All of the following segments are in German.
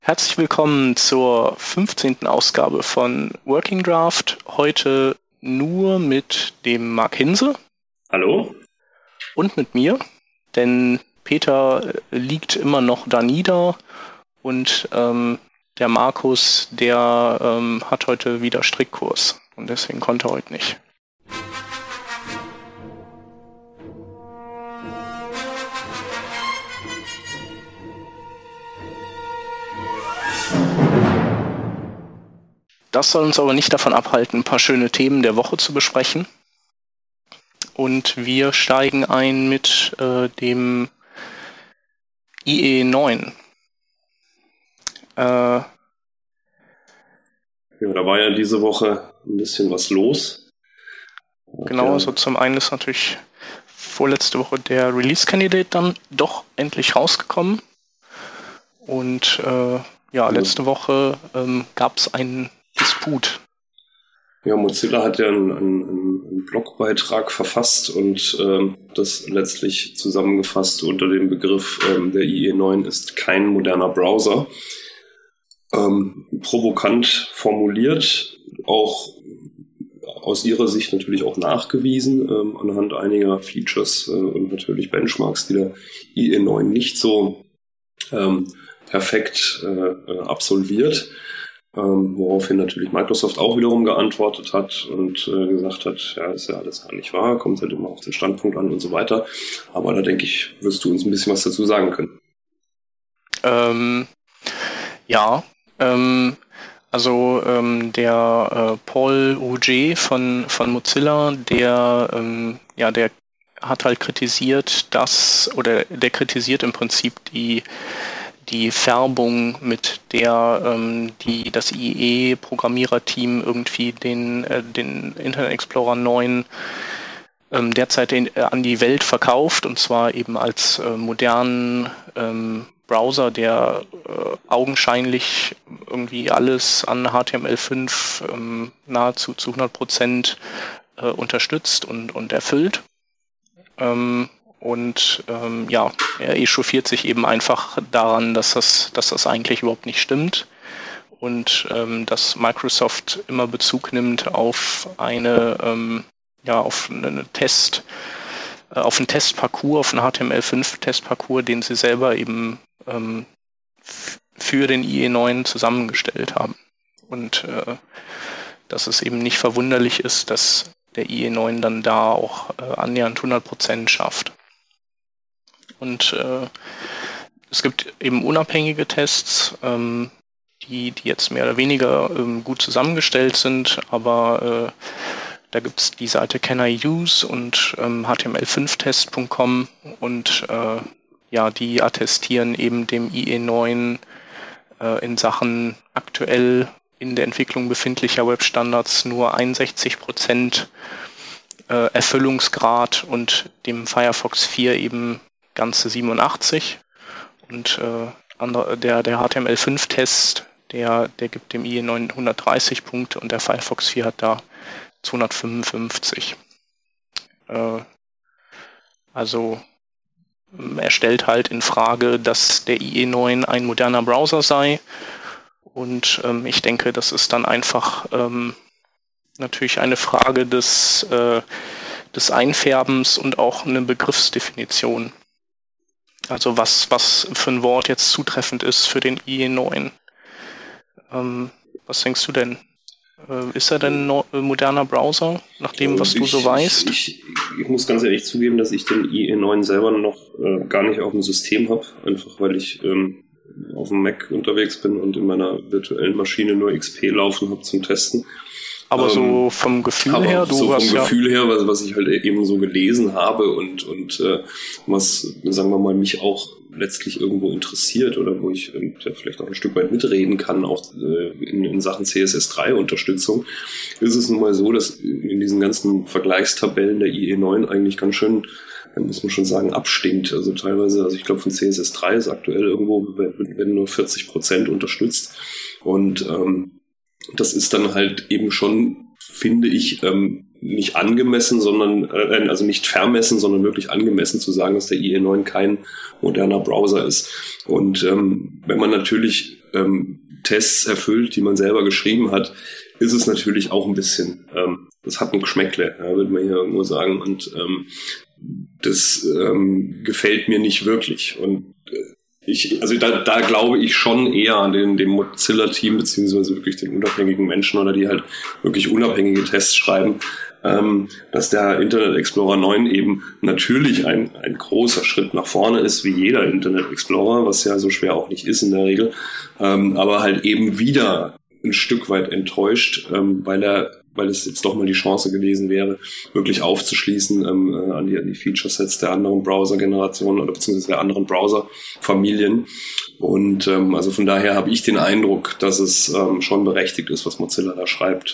Herzlich willkommen zur 15. Ausgabe von Working Draft. Heute nur mit dem Marc Hinse. Hallo. Und mit mir, denn Peter liegt immer noch da nieder und der Markus, der hat heute wieder Strickkurs und deswegen konnte er heute nicht. Das soll uns aber nicht davon abhalten, ein paar schöne Themen der Woche zu besprechen. Und wir steigen ein mit dem IE9. Ja, da war ja diese Woche ein bisschen was los. Genau, also zum einen ist natürlich vorletzte Woche der Release-Candidate dann doch endlich rausgekommen. Und letzte Woche gab es einen Disput. Ja, Mozilla hat ja einen Blogbeitrag verfasst und das letztlich zusammengefasst unter dem Begriff, der IE9 ist kein moderner Browser. Provokant formuliert, auch aus ihrer Sicht natürlich auch nachgewiesen, anhand einiger Features und natürlich Benchmarks, die der IE9 nicht so perfekt absolviert. Woraufhin natürlich Microsoft auch wiederum geantwortet hat und gesagt hat, ja, ist ja alles gar nicht wahr, kommt halt immer auf den Standpunkt an und so weiter. Aber da denke ich, wirst du uns ein bisschen was dazu sagen können. Der Paul Rouget von Mozilla, der hat halt kritisiert, der kritisiert im Prinzip die Färbung, mit der das IE-Programmiererteam irgendwie den Internet Explorer 9 derzeit an die Welt verkauft, und zwar eben als modernen Browser, der augenscheinlich irgendwie alles an HTML5 nahezu zu 100% unterstützt und erfüllt. Er echauffiert sich eben einfach daran, dass das eigentlich überhaupt nicht stimmt und dass Microsoft immer Bezug nimmt auf einen Testparcours, auf einen HTML5-Testparcours, den sie selber eben für den IE9 zusammengestellt haben. Und dass es eben nicht verwunderlich ist, dass der IE9 dann da auch annähernd 100% schafft. Und es gibt eben unabhängige Tests, die jetzt mehr oder weniger gut zusammengestellt sind, aber da gibt es die Seite Can I Use und html5test.com und die attestieren eben dem IE9 in Sachen aktuell in der Entwicklung befindlicher Webstandards nur 61% Erfüllungsgrad und dem Firefox 4 eben ganze 87. Und der HTML5-Test, der gibt dem IE9 130 Punkte und der Firefox 4 hat da 255. Er stellt halt in Frage, dass der IE9 ein moderner Browser sei. Und ich denke, das ist dann einfach natürlich eine Frage des Einfärbens und auch eine Begriffsdefinition. Also was für ein Wort jetzt zutreffend ist für den IE9. Was denkst du denn? Ist er denn ein moderner Browser, nach dem, was du so weißt? Ich muss ganz ehrlich zugeben, dass ich den IE9 selber noch gar nicht auf dem System habe, einfach weil ich auf dem Mac unterwegs bin und in meiner virtuellen Maschine nur XP laufen habe zum Testen. Aber so vom Gefühl her, was ich halt eben so gelesen habe und was, sagen wir mal, mich auch letztlich irgendwo interessiert oder wo ich vielleicht auch ein Stück weit mitreden kann, auch in Sachen CSS3-Unterstützung, ist es nun mal so, dass in diesen ganzen Vergleichstabellen der IE9 eigentlich ganz schön, muss man schon sagen, abstinkt. Also teilweise, ich glaube von CSS3 ist aktuell irgendwo, wenn nur 40% unterstützt. Und das ist dann halt eben schon, finde ich, nicht angemessen, also nicht vermessen, sondern wirklich angemessen zu sagen, dass der IE9 kein moderner Browser ist. Und wenn man natürlich Tests erfüllt, die man selber geschrieben hat, ist es natürlich auch ein bisschen, das hat ein Geschmäckle, ja, würde man hier irgendwo sagen. Und das gefällt mir nicht wirklich. Und da glaube ich schon eher an dem Mozilla-Team, beziehungsweise wirklich den unabhängigen Menschen oder die halt wirklich unabhängige Tests schreiben, dass der Internet Explorer 9 eben natürlich ein großer Schritt nach vorne ist, wie jeder Internet Explorer, was ja so schwer auch nicht ist in der Regel, aber halt eben wieder ein Stück weit enttäuscht, weil es jetzt doch mal die Chance gewesen wäre, wirklich aufzuschließen an die Feature-Sets der anderen Browser-Generationen oder beziehungsweise der anderen Browser-Familien. Und also von daher habe ich den Eindruck, dass es schon berechtigt ist, was Mozilla da schreibt.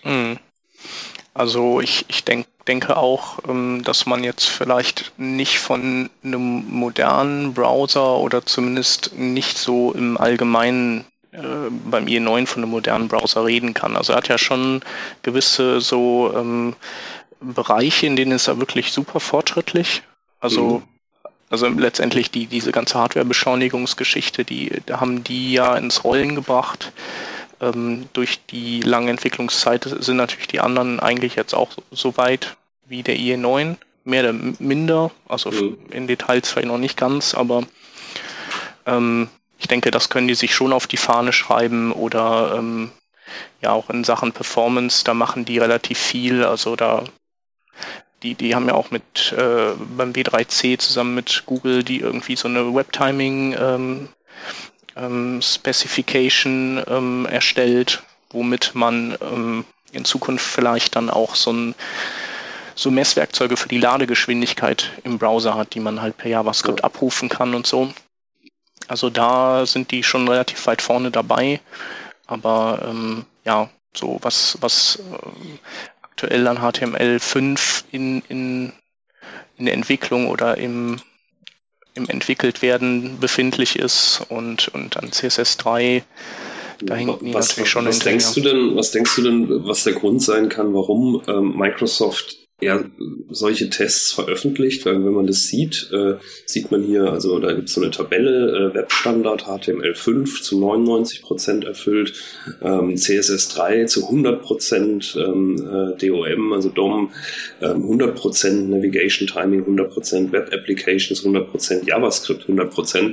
Also ich denke auch, dass man jetzt vielleicht nicht von einem modernen Browser oder zumindest nicht so im Allgemeinen beim IE9 von einem modernen Browser reden kann. Also er hat ja schon gewisse so Bereiche, in denen ist er wirklich super fortschrittlich. Also letztendlich diese ganze Hardware-Beschleunigungsgeschichte, da haben die ja ins Rollen gebracht. Durch die lange Entwicklungszeit sind natürlich die anderen eigentlich jetzt auch so weit wie der IE9, mehr oder minder, also in Details vielleicht noch nicht ganz, aber ich denke, das können die sich schon auf die Fahne schreiben oder ja auch in Sachen Performance, da machen die relativ viel. Also die haben ja auch beim W3C zusammen mit Google die irgendwie so eine Webtiming Specification erstellt, womit man in Zukunft vielleicht dann auch so Messwerkzeuge für die Ladegeschwindigkeit im Browser hat, die man halt per JavaScript abrufen kann und so. Also da sind die schon relativ weit vorne dabei, aber ja, so was aktuell an HTML5 in der Entwicklung oder im entwickelt werden befindlich ist und an CSS3, da hinken die natürlich schon hinterher. Was denkst du denn, was der Grund sein kann, warum Microsoft solche Tests veröffentlicht? Weil wenn man das sieht man hier, also da gibt es so eine Tabelle, Webstandard HTML5 zu 99% erfüllt, CSS3 zu 100%, DOM, also DOM 100%, Navigation Timing 100%, Web Applications 100%, JavaScript 100%.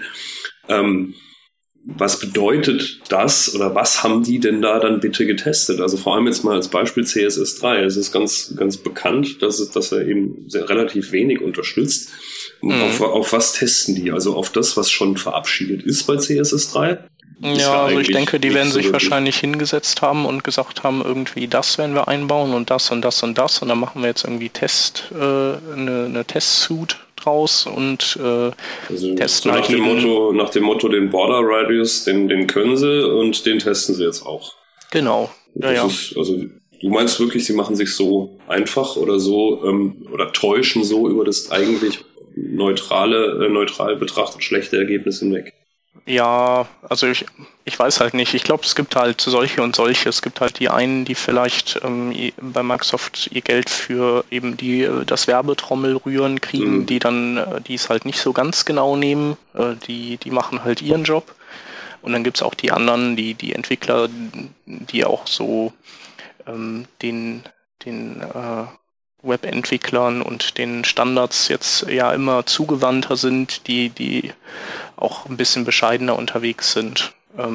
Was bedeutet das oder was haben die denn da dann bitte getestet? Also vor allem jetzt mal als Beispiel CSS3. Es ist ganz, ganz bekannt, dass er eben relativ wenig unterstützt. Auf was testen die? Also auf das, was schon verabschiedet ist bei CSS3? Ja, also ich denke, die werden sich wahrscheinlich hingesetzt haben und gesagt haben, irgendwie das werden wir einbauen und das und das und das und dann machen wir jetzt irgendwie eine Testsuite draus und testen so halt nach dem Motto, den Border Radius, den können sie und den testen sie jetzt auch. Genau. Also du meinst wirklich, sie machen sich so einfach oder so oder täuschen so über das eigentlich neutral betrachtet schlechte Ergebnis hinweg? Ja, also ich weiß halt nicht. Ich glaube, es gibt halt solche und solche. Es gibt halt die einen, die vielleicht bei Microsoft ihr Geld für eben das Werbetrommel rühren kriegen, die es halt nicht so ganz genau nehmen. Die machen halt ihren Job. Und dann gibt's auch die anderen, die Entwickler, die auch so den Webentwicklern und den Standards jetzt ja immer zugewandter sind, die auch ein bisschen bescheidener unterwegs sind.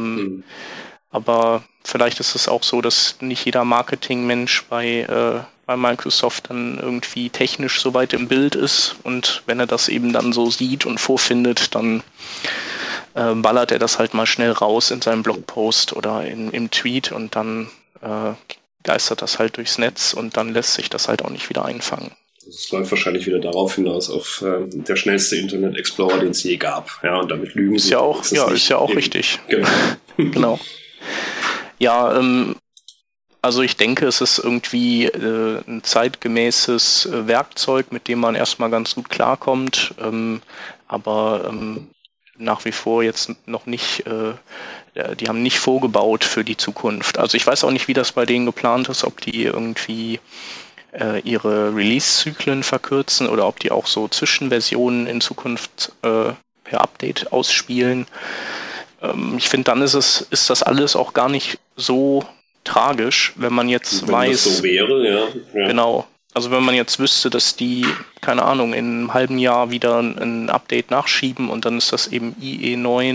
Aber vielleicht ist es auch so, dass nicht jeder Marketingmensch bei Microsoft dann irgendwie technisch so weit im Bild ist und wenn er das eben dann so sieht und vorfindet, dann ballert er das halt mal schnell raus in seinem Blogpost oder im Tweet und dann geistert das halt durchs Netz und dann lässt sich das halt auch nicht wieder einfangen. Es läuft wahrscheinlich wieder darauf hinaus, auf der schnellste Internet Explorer, den es je gab. Ja, und damit lügen sie. Ist ja auch richtig. Genau. Genau. Ja, also ich denke, es ist irgendwie ein zeitgemäßes Werkzeug, mit dem man erstmal ganz gut klarkommt, aber nach wie vor jetzt noch nicht, die haben nicht vorgebaut für die Zukunft. Also ich weiß auch nicht, wie das bei denen geplant ist, ob die irgendwie ihre Release-Zyklen verkürzen oder ob die auch so Zwischenversionen in Zukunft per Update ausspielen. ich finde, dann ist das alles auch gar nicht so tragisch, wenn man jetzt weiß. Das so wäre, ja. Genau. Also wenn man jetzt wüsste, dass die, keine Ahnung, in einem halben Jahr wieder ein Update nachschieben und dann ist das eben IE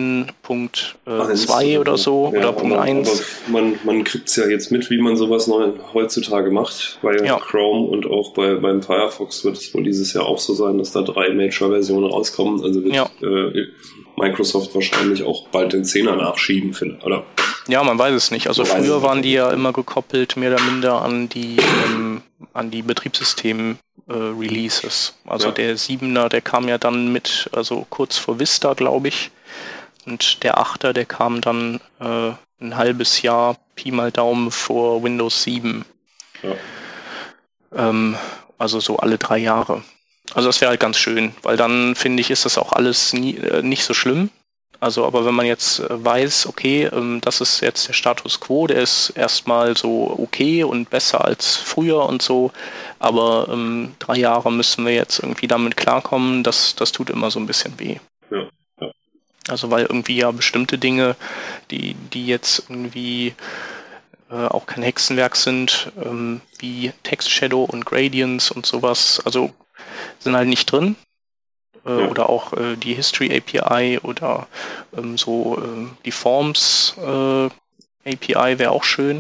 9.2 oder so oder Punkt 1. Aber man kriegt es ja jetzt mit, wie man sowas neu heutzutage macht. Bei Chrome und auch beim Firefox wird es wohl dieses Jahr auch so sein, dass da 3 Major-Versionen rauskommen. Also wird Microsoft wahrscheinlich auch bald den 10er nachschieben, oder? Ja, man weiß es nicht. Also früher waren die ja immer gekoppelt, mehr oder minder an die Betriebssystem-Releases. Also der 7er, der kam ja dann also kurz vor Vista, glaube ich. Und der 8er, der kam dann ein halbes Jahr, Pi mal Daumen, vor Windows 7. Ja. Also so alle 3 Jahre. Also das wäre halt ganz schön, weil dann, finde ich, ist das auch alles nicht so schlimm. Also, aber wenn man jetzt weiß, okay, das ist jetzt der Status quo, der ist erstmal so okay und besser als früher und so, aber 3 Jahre müssen wir jetzt irgendwie damit klarkommen, das tut immer so ein bisschen weh. Ja. Also, weil irgendwie ja bestimmte Dinge, die jetzt irgendwie auch kein Hexenwerk sind, wie Text Shadow und Gradients und sowas, also sind halt nicht drin. Oder auch die History API oder die Forms API wäre auch schön.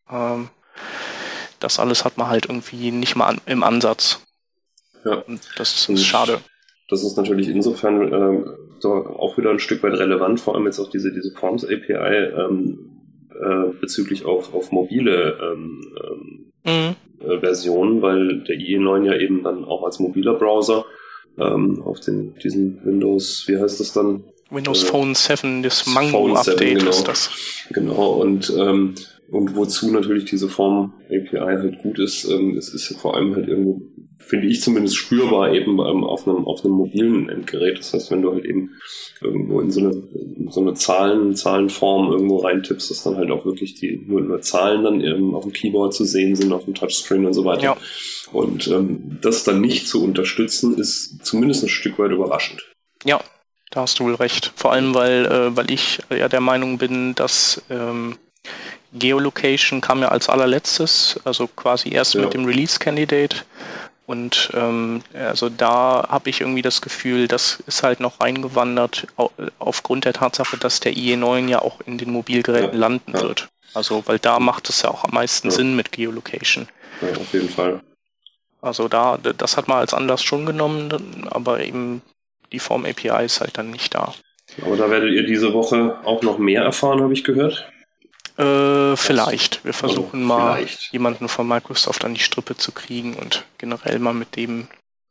Das alles hat man halt irgendwie nicht mal im Ansatz. Ja. Und das ist schade. Das ist natürlich insofern auch wieder ein Stück weit relevant, vor allem jetzt auch diese Forms API bezüglich auf mobile Versionen, weil der IE 9 ja eben dann auch als mobiler Browser auf diesen Windows, wie heißt das dann? Windows Phone 7, das Mango-Update genau. ist das. Genau, und wozu natürlich diese Form API halt gut ist, es ist vor allem halt irgendwo, finde ich zumindest spürbar eben auf einem mobilen Endgerät. Das heißt, wenn du halt eben irgendwo in so eine Zahlenform irgendwo reintippst, dass dann halt auch wirklich die nur Zahlen dann eben auf dem Keyboard zu sehen sind, auf dem Touchscreen und so weiter. Ja. Und das dann nicht zu unterstützen, ist zumindest ein Stück weit überraschend. Ja, da hast du wohl recht. Vor allem, weil ich ja der Meinung bin, dass Geolocation kam ja als allerletztes, also quasi erst mit dem Release-Candidate. Und also da habe ich irgendwie das Gefühl, das ist halt noch reingewandert aufgrund der Tatsache, dass der IE 9 ja auch in den Mobilgeräten landen wird. Also weil da macht es ja auch am meisten Sinn mit Geolocation. Ja, auf jeden Fall. Also das hat man als Anlass schon genommen, aber eben die Form API ist halt dann nicht da. Aber da werdet ihr diese Woche auch noch mehr erfahren, habe ich gehört. Vielleicht. Wir versuchen jemanden von Microsoft an die Strippe zu kriegen und generell mal mit dem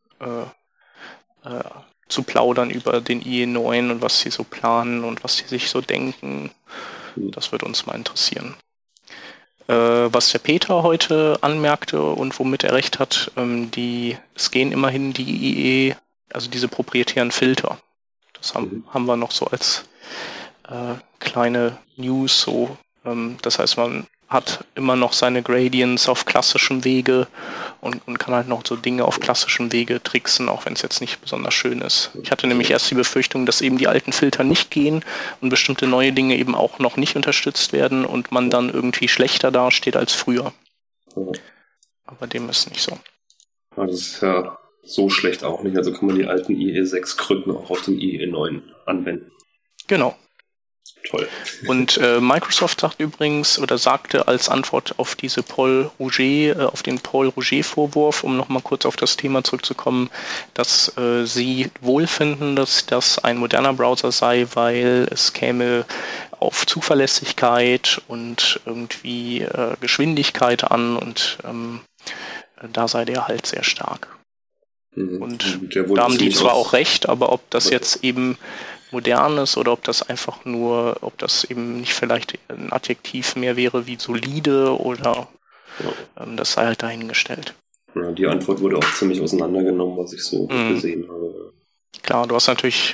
zu plaudern über den IE 9 und was sie so planen und was sie sich so denken. Das wird uns mal interessieren. Was der Peter heute anmerkte und womit er recht hat, es gehen immerhin die IE, also diese proprietären Filter. Das haben wir noch so als kleine News so. Das heißt, man hat immer noch seine Gradients auf klassischem Wege und kann halt noch so Dinge auf klassischem Wege tricksen, auch wenn es jetzt nicht besonders schön ist. Ich hatte nämlich erst die Befürchtung, dass eben die alten Filter nicht gehen und bestimmte neue Dinge eben auch noch nicht unterstützt werden und man dann irgendwie schlechter dasteht als früher. Aber dem ist nicht so. Ja, das ist ja so schlecht auch nicht. Also kann man die alten IE6-Krücken auch auf den IE 9 anwenden. Genau. Toll. Und Microsoft sagte als Antwort auf den Paul Roger-Vorwurf, um nochmal kurz auf das Thema zurückzukommen, dass sie wohl finden, dass das ein moderner Browser sei, weil es käme auf Zuverlässigkeit und irgendwie Geschwindigkeit an und da sei der halt sehr stark. Und da haben die zwar auch recht, aber ob das jetzt eben modern ist oder ob das eben nicht vielleicht ein Adjektiv mehr wäre wie solide oder das sei halt dahingestellt. Ja, die Antwort wurde auch ziemlich auseinandergenommen, was ich so gesehen habe. Klar, du hast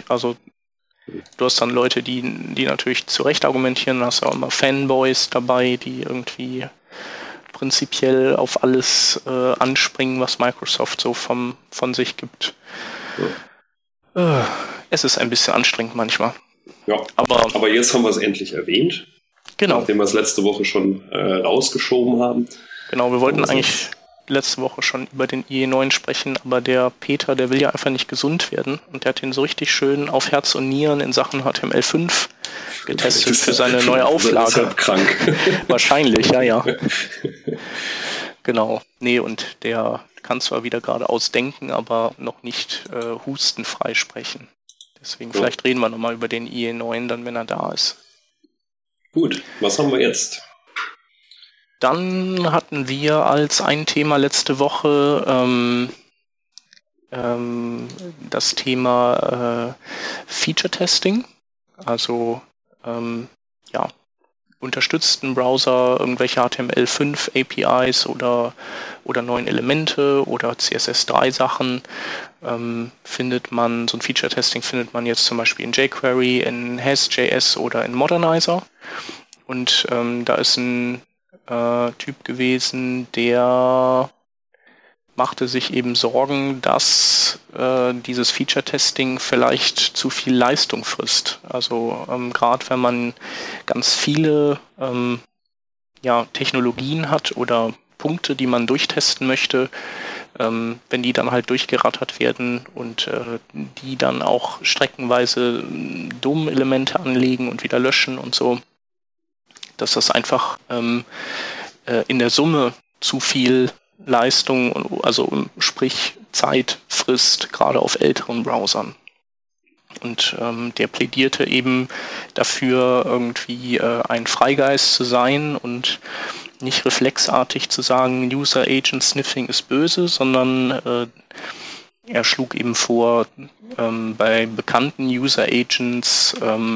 dann Leute, die natürlich zu Recht argumentieren, du hast auch immer Fanboys dabei, die irgendwie prinzipiell auf alles anspringen, was Microsoft so von sich gibt. Ja. Es ist ein bisschen anstrengend manchmal. Ja, aber jetzt haben wir es endlich erwähnt. Genau. Nachdem wir es letzte Woche schon rausgeschoben haben. Genau, wir wollten eigentlich letzte Woche schon über den IE9 sprechen, aber der Peter, der will ja einfach nicht gesund werden und der hat ihn so richtig schön auf Herz und Nieren in Sachen HTML5 getestet für seine neue Auflage. Deshalb krank. Wahrscheinlich, ja. Genau. Nee, und der kann zwar wieder geradeaus denken, aber noch nicht hustenfrei sprechen. Deswegen vielleicht reden wir nochmal über den IE9 dann, wenn er da ist. Gut, was haben wir jetzt? Dann hatten wir als ein Thema letzte Woche das Thema Feature Testing. Also unterstützten Browser irgendwelche HTML5 APIs oder neuen Elemente oder CSS3 Sachen findet man, so ein Feature Testing findet man jetzt zum Beispiel in jQuery, in Has.js oder in Modernizer. Und da ist ein Typ gewesen, der machte sich eben Sorgen, dass dieses Feature-Testing vielleicht zu viel Leistung frisst. Also gerade wenn man ganz viele Technologien hat oder Punkte, die man durchtesten möchte, wenn die dann halt durchgerattert werden und die dann auch streckenweise DOM-Elemente anlegen und wieder löschen und so, dass das einfach in der Summe zu viel Leistung, also sprich Zeit frisst, gerade auf älteren Browsern. Und der plädierte eben dafür, irgendwie ein Freigeist zu sein und nicht reflexartig zu sagen, User Agent Sniffing ist böse, sondern er schlug eben vor, bei bekannten User Agents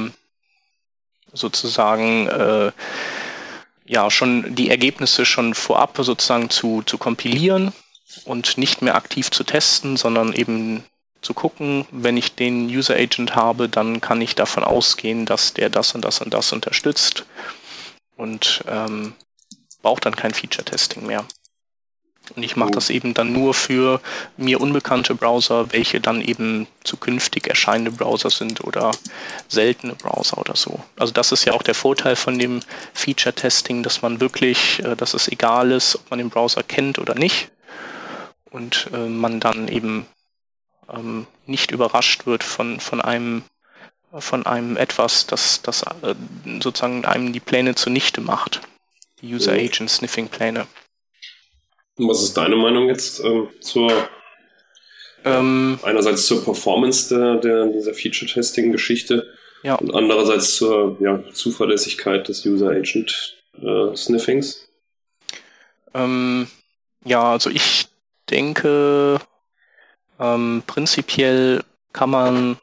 sozusagen schon die Ergebnisse schon vorab sozusagen zu kompilieren und nicht mehr aktiv zu testen, sondern eben zu gucken, wenn ich den User Agent habe, dann kann ich davon ausgehen, dass der das und das und das unterstützt und braucht dann kein Feature-Testing mehr. Und ich mache das eben dann nur für mir unbekannte Browser, welche dann eben zukünftig erscheinende Browser sind oder seltene Browser oder so. Also das ist ja auch der Vorteil von dem Feature-Testing, dass man wirklich, dass es egal ist, ob man den Browser kennt oder nicht. Und man dann eben nicht überrascht wird von einem etwas, das sozusagen einem die Pläne zunichte macht. Die User Agent Sniffing Pläne. Und was ist deine Meinung jetzt einerseits zur Performance dieser Feature-Testing-Geschichte und andererseits zur Zuverlässigkeit des User Agent Sniffings? Also ich denke, prinzipiell kann man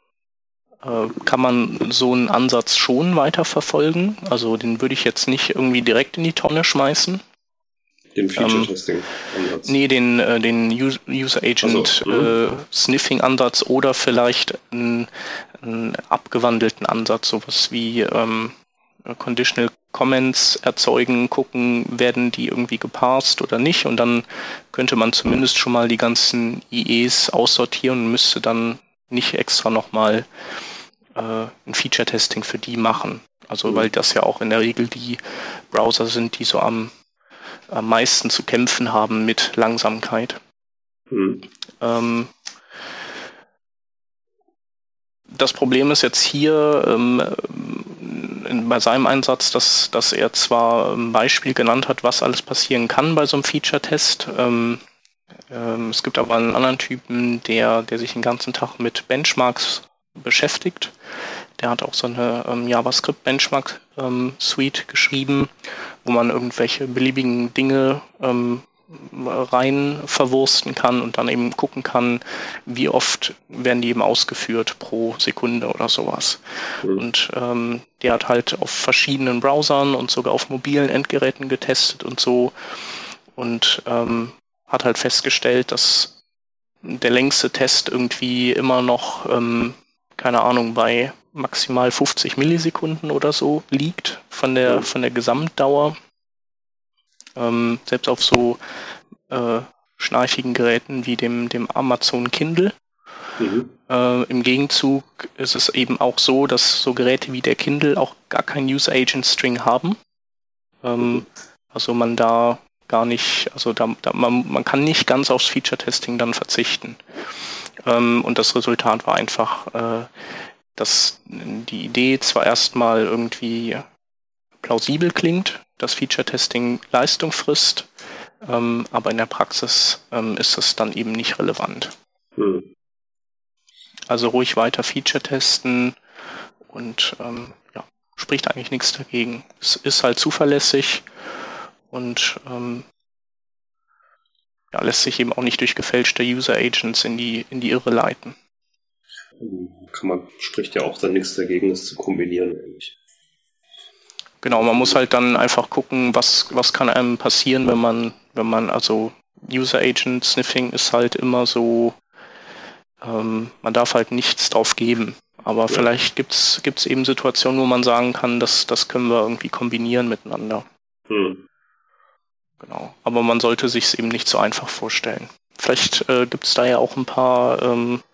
so einen Ansatz schon weiterverfolgen. Also den würde ich jetzt nicht irgendwie direkt in die Tonne schmeißen. Den Feature-Testing-Ansatz? Nee, den User-Agent-Sniffing-Ansatz oder vielleicht einen abgewandelten Ansatz, sowas wie Conditional Comments erzeugen, gucken, werden die irgendwie geparsed oder nicht, und dann könnte man zumindest schon mal die ganzen IEs aussortieren und müsste dann nicht extra nochmal ein Feature-Testing für die machen. Also weil das ja auch in der Regel die Browser sind, die so am meisten zu kämpfen haben mit Langsamkeit. Das Problem ist jetzt hier bei seinem Einsatz, dass er zwar ein Beispiel genannt hat, was alles passieren kann bei so einem Feature-Test. Es gibt aber einen anderen Typen, der sich den ganzen Tag mit Benchmarks beschäftigt. Der hat auch so eine JavaScript-Benchmark-Suite geschrieben, wo man irgendwelche beliebigen Dinge rein verwursten kann und dann eben gucken kann, wie oft werden die eben ausgeführt pro Sekunde oder sowas. Und der hat halt auf verschiedenen Browsern und sogar auf mobilen Endgeräten getestet und so und hat halt festgestellt, dass der längste Test irgendwie immer noch, keine Ahnung, bei maximal 50 Millisekunden oder so liegt von der Gesamtdauer. Selbst auf so schnarchigen Geräten wie dem Amazon Kindle. Im Gegenzug ist es eben auch so, dass so Geräte wie der Kindle auch gar keinen User Agent String haben. Also man da gar nicht, also man kann nicht ganz aufs Feature Testing dann verzichten. Und das Resultat war einfach, dass die Idee zwar erstmal irgendwie plausibel klingt, dass Feature Testing Leistung frisst, aber in der Praxis ist es dann eben nicht relevant. Also ruhig weiter Feature testen und spricht eigentlich nichts dagegen. Es ist halt zuverlässig und lässt sich eben auch nicht durch gefälschte User Agents in die Irre leiten. Spricht ja auch dann nichts dagegen, das zu kombinieren eigentlich. Genau, man muss halt dann einfach gucken, was kann einem passieren, wenn man also User Agent Sniffing ist halt immer so, man darf halt nichts drauf geben. Aber vielleicht gibt's eben Situationen, wo man sagen kann, das können wir irgendwie kombinieren miteinander. Genau. Aber man sollte sich es eben nicht so einfach vorstellen. Vielleicht gibt's da ja auch ein paar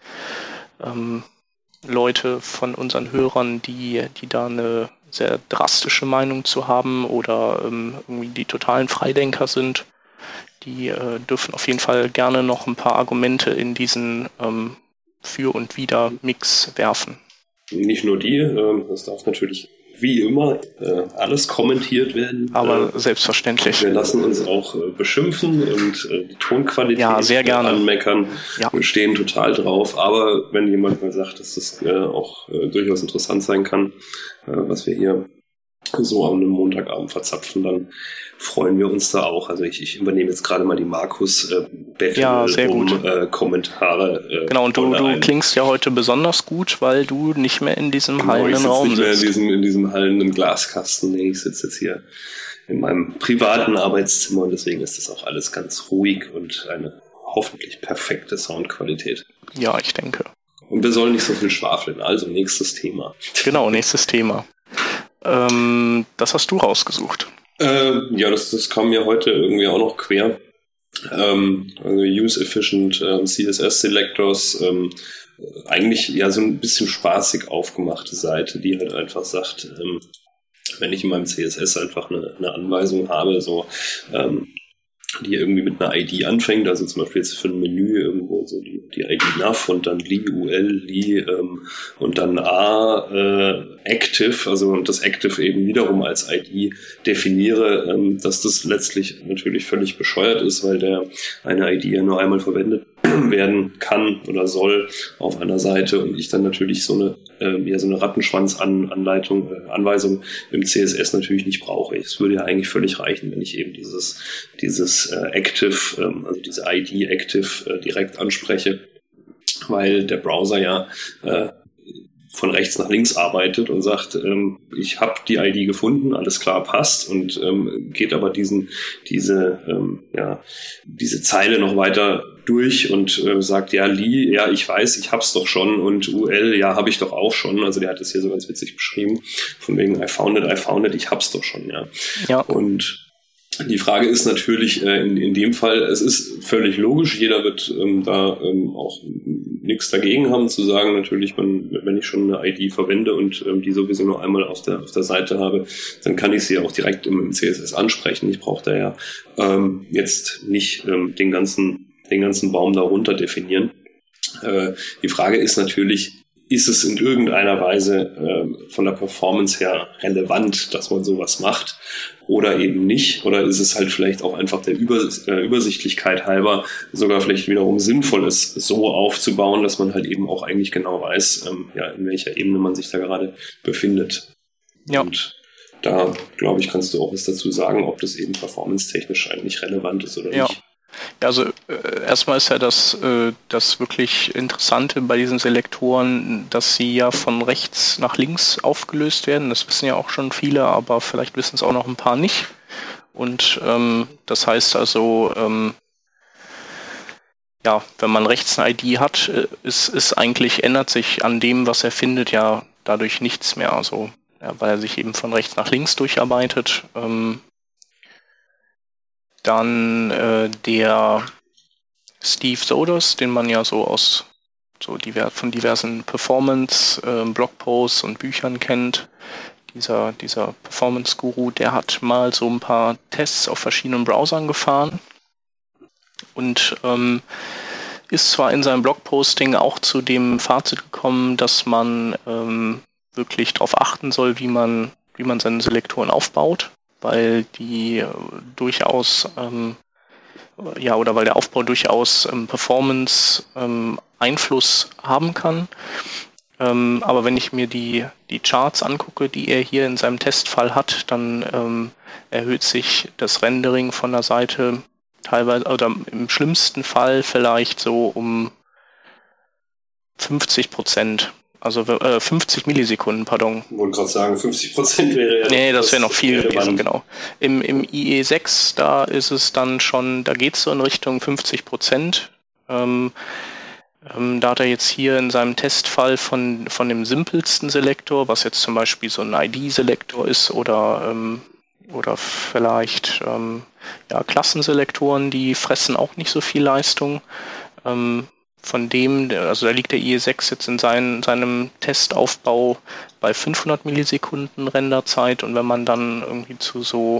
Leute von unseren Hörern, die da eine sehr drastische Meinung zu haben oder irgendwie die totalen Freidenker sind. Die dürfen auf jeden Fall gerne noch ein paar Argumente in diesen Für- und Wider-Mix werfen. Nicht nur die, das darf natürlich wie immer alles kommentiert werden. Aber selbstverständlich. Wir lassen uns auch beschimpfen und die Tonqualität sehr gerne anmeckern. Ja. Wir stehen total drauf. Aber wenn jemand mal sagt, dass das auch durchaus interessant sein kann, was wir hier so an einem Montagabend verzapfen, dann freuen wir uns da auch. Also ich übernehme jetzt gerade mal die Markus-Battle Kommentare. Genau, und du klingst ja heute besonders gut, weil du nicht mehr in diesem hallenden Raum sitzt. Ich sitze nicht mehr in diesem hallenden Glaskasten. Nee, ich sitze jetzt hier in meinem privaten Arbeitszimmer und deswegen ist das auch alles ganz ruhig und eine hoffentlich perfekte Soundqualität. Ja, ich denke. Und wir sollen nicht so viel schwafeln, also nächstes Thema. Genau, nächstes Thema. Das hast du rausgesucht. Ja, das kam mir heute irgendwie auch noch quer. Also Use-Efficient CSS-Selectors, eigentlich ja so ein bisschen spaßig aufgemachte Seite, die halt einfach sagt, wenn ich in meinem CSS einfach eine Anweisung habe, so die irgendwie mit einer ID anfängt, also zum Beispiel jetzt für ein Menü irgendwo so die ID nav und dann li, ul, li und dann active, also und das active eben wiederum als ID definiere, dass das letztlich natürlich völlig bescheuert ist, weil eine ID ja nur einmal verwendet werden kann oder soll auf einer Seite und ich dann natürlich so eine Rattenschwanz-Anweisung im CSS natürlich nicht brauche. Es würde ja eigentlich völlig reichen, wenn ich eben dieses Active, also diese ID Active direkt anspreche, weil der Browser ja von rechts nach links arbeitet und sagt, ich habe die ID gefunden, alles klar, passt und geht aber diese Zeile noch weiter durch und sagt, ja, li, ja, ich weiß, ich hab's doch schon und ul, ja, habe ich doch auch schon. Also der hat das hier so ganz witzig beschrieben, von wegen I found it, ich hab's doch schon, ja. Und die Frage ist natürlich in dem Fall, es ist völlig logisch, jeder wird da auch nichts dagegen haben zu sagen, natürlich, wenn ich schon eine ID verwende und die sowieso nur einmal auf der Seite habe, dann kann ich sie auch direkt im CSS ansprechen. Ich brauche da ja jetzt nicht den ganzen Baum darunter definieren. Die Frage ist natürlich, ist es in irgendeiner Weise von der Performance her relevant, dass man sowas macht oder eben nicht? Oder ist es halt vielleicht auch einfach der Übersichtlichkeit halber sogar vielleicht wiederum sinnvoll, es so aufzubauen, dass man halt eben auch eigentlich genau weiß, in welcher Ebene man sich da gerade befindet. Ja. Und da, glaube ich, kannst du auch was dazu sagen, ob das eben performance-technisch eigentlich relevant ist oder nicht. Ja, also erstmal ist ja das wirklich Interessante bei diesen Selektoren, dass sie ja von rechts nach links aufgelöst werden. Das wissen ja auch schon viele, aber vielleicht wissen es auch noch ein paar nicht. Und das heißt also, wenn man rechts eine ID hat, ändert sich an dem, was er findet, ja dadurch nichts mehr. Also, weil er sich eben von rechts nach links durcharbeitet. Dann der Steve Souders, den man ja so aus so von diversen Performance-Blogposts und Büchern kennt. Dieser Performance-Guru, der hat mal so ein paar Tests auf verschiedenen Browsern gefahren und ist zwar in seinem Blogposting auch zu dem Fazit gekommen, dass man wirklich darauf achten soll, wie man seine Selektoren aufbaut, weil die durchaus weil der Aufbau durchaus Performance Einfluss haben kann. Aber wenn ich mir die Charts angucke, die er hier in seinem Testfall hat, dann erhöht sich das Rendering von der Seite teilweise, oder im schlimmsten Fall vielleicht so um 50%. Also 50 Millisekunden, pardon. Ich wollte gerade sagen, 50% wäre ja... Nee, das wäre noch viel gewesen, genau. Im IE6, da ist es dann schon, da geht es so in Richtung 50%. Da hat er jetzt hier in seinem Testfall von dem simpelsten Selektor, was jetzt zum Beispiel so ein ID-Selektor ist oder vielleicht Klassenselektoren, die fressen auch nicht so viel Leistung. Von dem, also da liegt der IE6 jetzt in seinem Testaufbau bei 500 Millisekunden Renderzeit, und wenn man dann irgendwie zu so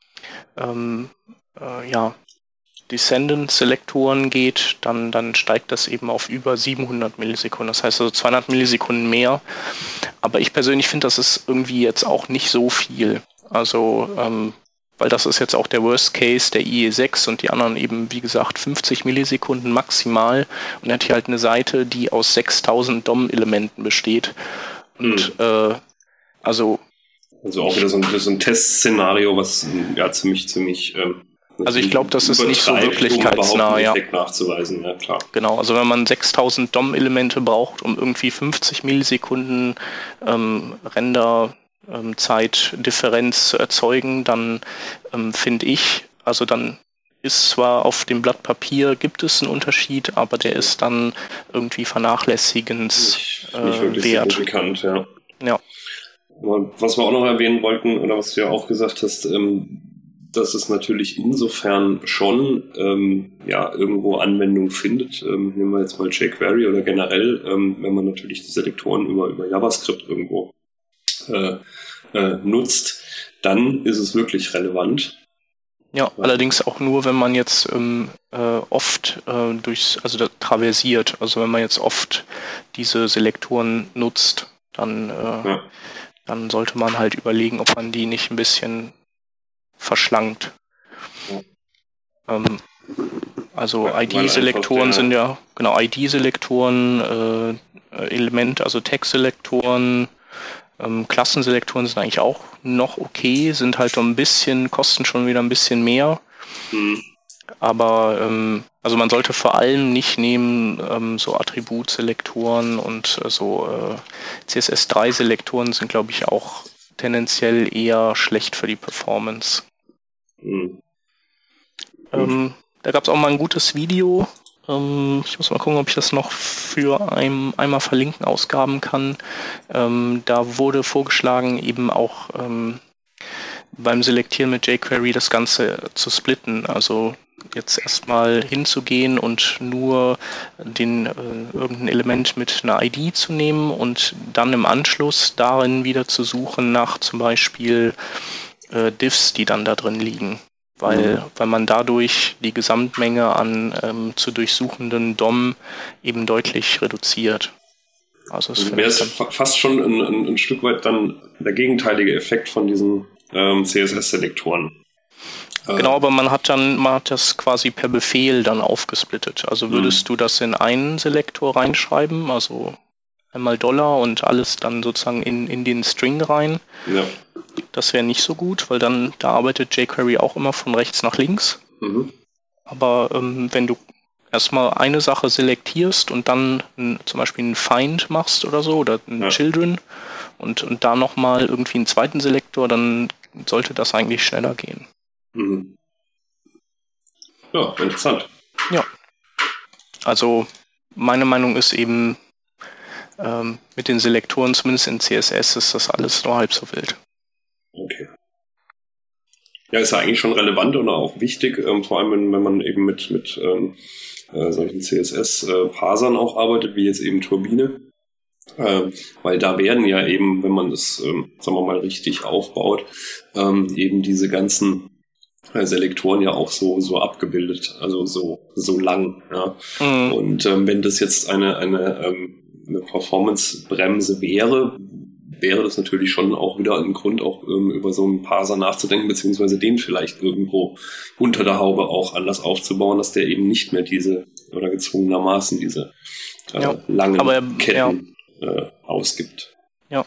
Descendant-Selektoren geht, dann steigt das eben auf über 700 Millisekunden. Das heißt also 200 Millisekunden mehr. Aber ich persönlich finde, das ist irgendwie jetzt auch nicht so viel. Also, weil das ist jetzt auch der Worst Case, der IE6, und die anderen eben, wie gesagt, 50 Millisekunden maximal. Und er hat hier halt eine Seite, die aus 6000 DOM-Elementen besteht. Und also auch wieder so ein Testszenario, was ziemlich also ich glaube, das ist nicht so wirklichkeitsnah, ja. Nachzuweisen, ja klar. Genau, also wenn man 6000 DOM-Elemente braucht, um irgendwie 50 Millisekunden Render-Zeitdifferenz zu erzeugen, dann finde ich, also dann ist zwar auf dem Blatt Papier gibt es einen Unterschied, aber der ist dann irgendwie vernachlässigenswert. Nicht wirklich signifikant, ja. Ja. Aber was wir auch noch erwähnen wollten, oder was du ja auch gesagt hast, dass es natürlich insofern schon irgendwo Anwendung findet. Nehmen wir jetzt mal jQuery oder generell, wenn man natürlich die Selektoren über JavaScript irgendwo nutzt, dann ist es wirklich relevant. Ja, allerdings auch nur, wenn man jetzt oft traversiert. Also wenn man jetzt oft diese Selektoren nutzt, dann sollte man halt überlegen, ob man die nicht ein bisschen verschlankt. Also ID-Selektoren sind ja, genau, ID-Selektoren, also Tag-Selektoren, Klassenselektoren sind eigentlich auch noch okay, sind halt so ein bisschen, kosten schon wieder ein bisschen mehr. Aber also man sollte vor allem nicht nehmen, so Attributselektoren und CSS3-Selektoren sind, glaube ich, auch tendenziell eher schlecht für die Performance. Da gab es auch mal ein gutes Video. Ich muss mal gucken, ob ich das noch für einmal verlinken, ausgaben kann. Da wurde vorgeschlagen, eben auch beim Selektieren mit jQuery das Ganze zu splitten. Also jetzt erstmal hinzugehen und nur irgendein Element mit einer ID zu nehmen und dann im Anschluss darin wieder zu suchen nach zum Beispiel Diffs, die dann da drin liegen. Weil man dadurch die Gesamtmenge an zu durchsuchenden DOM eben deutlich reduziert. Also wäre es fast schon ein Stück weit dann der gegenteilige Effekt von diesen CSS-Selektoren. Genau, aber man hat das quasi per Befehl dann aufgesplittet. Also würdest du das in einen Selektor reinschreiben, also einmal $, und alles dann sozusagen in den String rein. Ja. Das wäre nicht so gut, weil da arbeitet jQuery auch immer von rechts nach links. Aber wenn du erstmal eine Sache selektierst und dann zum Beispiel einen Find machst oder so, oder einen Children und da nochmal irgendwie einen zweiten Selektor, dann sollte das eigentlich schneller gehen. Ja, interessant. Ja. Also meine Meinung ist eben, mit den Selektoren, zumindest in CSS, ist das alles nur halb so wild. Okay. Ja, ist ja eigentlich schon relevant und auch wichtig, vor allem wenn man eben mit solchen CSS-Parsern auch arbeitet, wie jetzt eben Turbine. Weil da werden ja eben, wenn man das, sagen wir mal, richtig aufbaut, eben diese ganzen Selektoren ja auch so abgebildet, also so lang. Ja. Und wenn das jetzt eine Performance-Bremse wäre das natürlich schon auch wieder ein Grund, auch über so einen Parser nachzudenken, beziehungsweise den vielleicht irgendwo unter der Haube auch anders aufzubauen, dass der eben nicht mehr oder gezwungenermaßen diese langen Ketten ausgibt. Ja.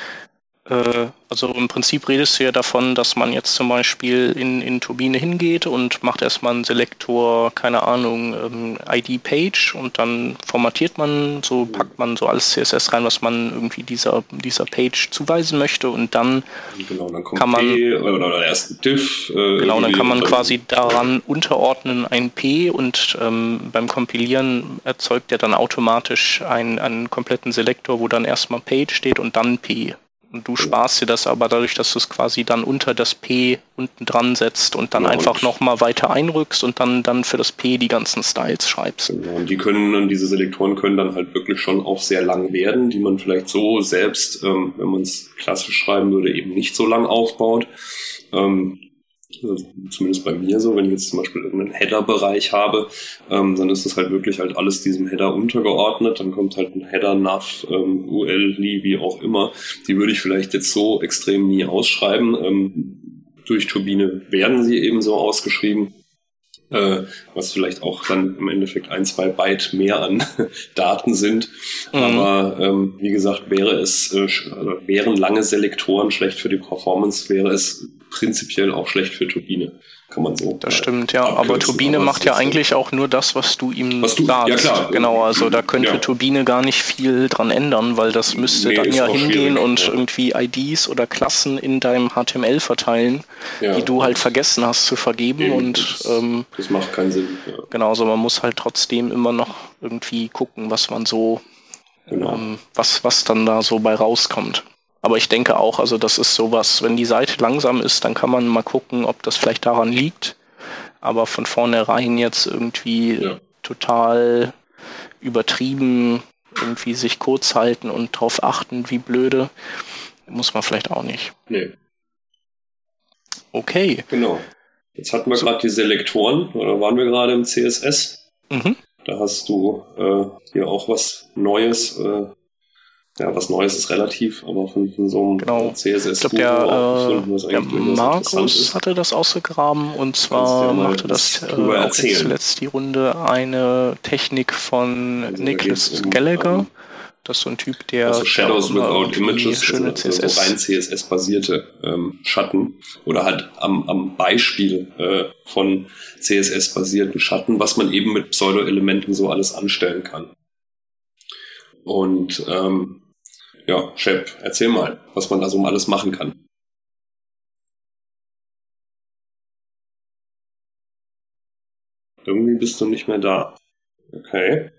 Also im Prinzip redest du ja davon, dass man jetzt zum Beispiel in Turbine hingeht und macht erstmal einen Selektor, keine Ahnung, ID-Page und dann formatiert man, packt man so alles CSS rein, was man irgendwie dieser Page zuweisen möchte und dann dann kommt kann man oder erst ein Diff. Dann kann man quasi daran unterordnen ein P und beim Kompilieren erzeugt er dann automatisch einen kompletten Selektor, wo dann erstmal Page steht und dann P. Und du sparst dir das aber dadurch, dass du es quasi dann unter das P unten dran setzt und dann einfach nochmal weiter einrückst und dann für das P die ganzen Styles schreibst. Genau, und diese Selektoren können dann halt wirklich schon auch sehr lang werden, die man vielleicht so selbst, wenn man es klassisch schreiben würde, eben nicht so lang aufbaut. Also zumindest bei mir so, wenn ich jetzt zum Beispiel irgendeinen Header-Bereich habe, dann ist das halt wirklich halt alles diesem Header untergeordnet, dann kommt halt ein Header, Nav, UL, Li, wie auch immer, die würde ich vielleicht jetzt so extrem nie ausschreiben. Durch Turbine werden sie eben so ausgeschrieben, was vielleicht auch dann im Endeffekt 1-2 Byte mehr an Daten sind. Aber wie gesagt, wären lange Selektoren schlecht für die Performance, wäre es prinzipiell auch schlecht für Turbine. Kann man so. Das stimmt, ja. Aber Turbine macht ja eigentlich auch nur das, was du ihm sagst. Ja, klar. Genau, also da könnte Turbine gar nicht viel dran ändern, weil das müsste dann ja hingehen und irgendwie IDs oder Klassen in deinem HTML verteilen, die du halt vergessen hast zu vergeben. Eben, und das macht keinen Sinn. Ja. Genau, also man muss halt trotzdem immer noch irgendwie gucken, was man so, was dann da so bei rauskommt. Aber ich denke auch, also das ist sowas, wenn die Seite langsam ist, dann kann man mal gucken, ob das vielleicht daran liegt. Aber von vornherein jetzt irgendwie total übertrieben irgendwie sich kurz halten und drauf achten, wie blöde, muss man vielleicht auch nicht. Nee. Okay. Genau. Jetzt hatten wir gerade die Selektoren, oder waren wir gerade im CSS? Da hast du hier auch was Neues. Was Neues ist relativ, aber von so einem CSS ich glaube, der Markus hatte das ausgegraben und zwar machte das auch zuletzt die Runde eine Technik von Nicholas Gallagher. Das ist so ein Typ, der also Shadows without Images, schöne CSS. Also rein CSS-basierte Schatten oder halt am Beispiel von CSS-basierten Schatten, was man eben mit Pseudo-Elementen so alles anstellen kann. Und Shep, erzähl mal, was man da so alles machen kann. Irgendwie bist du nicht mehr da. Okay.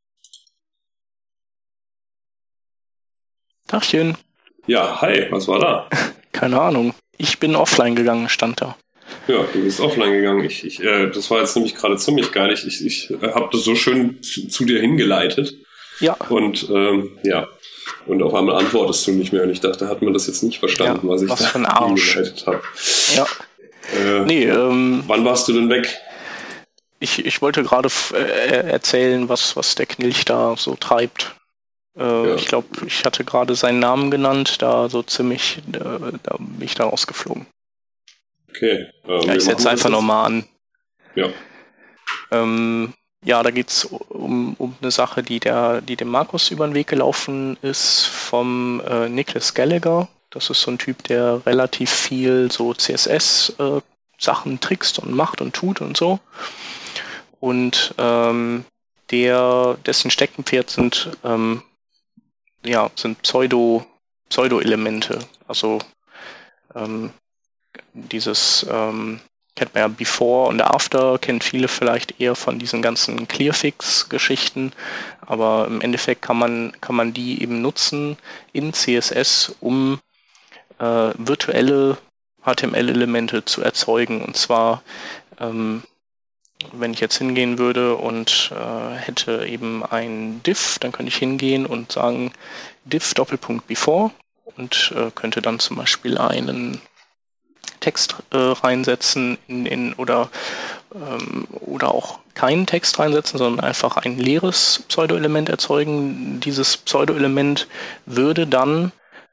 Tachchen. Ja, hi, was war da? Keine Ahnung. Ich bin offline gegangen, stand da. Ja, du bist offline gegangen. Das war jetzt nämlich gerade ziemlich geil. Ich habe das so schön zu dir hingeleitet. Ja. Und und auf einmal antwortest du nicht mehr. Und ich dachte, hat man das jetzt nicht verstanden, was ich da hingeleitet habe. Ja. Wann warst du denn weg? Ich wollte gerade erzählen, was der Knilch da so treibt. Ich glaube, ich hatte gerade seinen Namen genannt, da so ziemlich, da bin ich da rausgeflogen. Okay. Ich setze einfach nochmal an. Ja. Da geht's um eine Sache, die dem Markus über den Weg gelaufen ist, vom Nicholas Gallagher. Das ist so ein Typ, der relativ viel so CSS-Sachen trickst und macht und tut und so. Und dessen Steckenpferd sind Pseudo-Elemente. Also dieses kennt man ja Before und After, kennt viele vielleicht eher von diesen ganzen Clearfix-Geschichten, aber im Endeffekt kann man die eben nutzen in CSS, um virtuelle HTML-Elemente zu erzeugen. Und zwar wenn ich jetzt hingehen würde und hätte eben ein diff, dann könnte ich hingehen und sagen diff Doppelpunkt before und könnte dann zum Beispiel einen Text reinsetzen oder auch keinen Text reinsetzen, sondern einfach ein leeres Pseudo-Element erzeugen. Dieses Pseudo-Element würde dann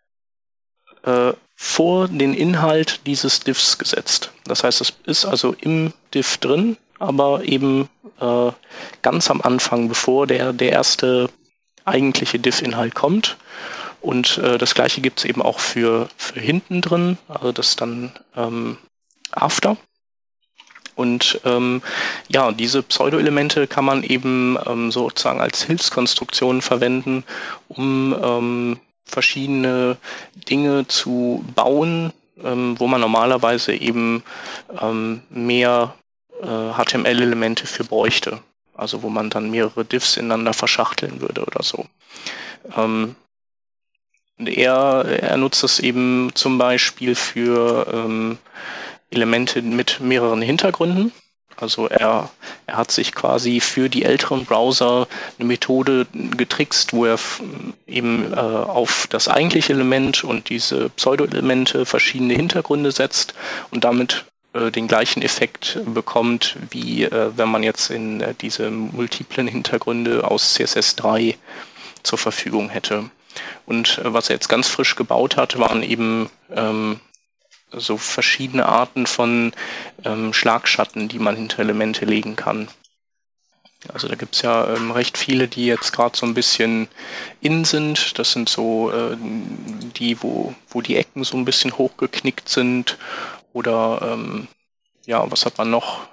vor den Inhalt dieses Diffs gesetzt. Das heißt, es ist also im Diff drin, aber eben ganz am Anfang, bevor der erste eigentliche Diff-Inhalt kommt. Und das gleiche gibt es eben auch für hinten drin, also das ist dann after. Und diese Pseudo-Elemente kann man eben sozusagen als Hilfskonstruktionen verwenden, um verschiedene Dinge zu bauen, wo man normalerweise eben mehr HTML-Elemente für bräuchte. Also wo man dann mehrere Diffs ineinander verschachteln würde oder so. Er nutzt das eben zum Beispiel für Elemente mit mehreren Hintergründen. Also er hat sich quasi für die älteren Browser eine Methode getrickst, wo er eben auf das eigentliche Element und diese Pseudo-Elemente verschiedene Hintergründe setzt und damit den gleichen Effekt bekommt, wie wenn man jetzt in diese multiplen Hintergründe aus CSS3 zur Verfügung hätte. Und was er jetzt ganz frisch gebaut hat, waren eben so verschiedene Arten von Schlagschatten, die man hinter Elemente legen kann. Also da gibt es ja recht viele, die jetzt gerade so ein bisschen in sind. Das sind so die, wo die Ecken so ein bisschen hochgeknickt sind. Oder was hat man noch?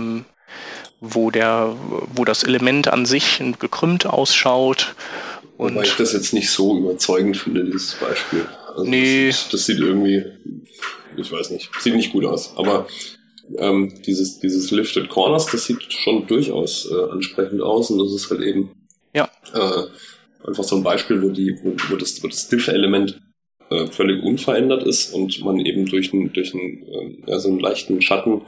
Wo das Element an sich gekrümmt ausschaut. Wobei ich das jetzt nicht so überzeugend finde, dieses Beispiel. Also nee. Das sieht irgendwie, ich weiß nicht, sieht nicht gut aus. Aber dieses Lifted Corners, das sieht schon durchaus ansprechend aus. Und das ist halt eben einfach so ein Beispiel, wo das Diff-Element völlig unverändert ist und man eben durch so einen leichten Schatten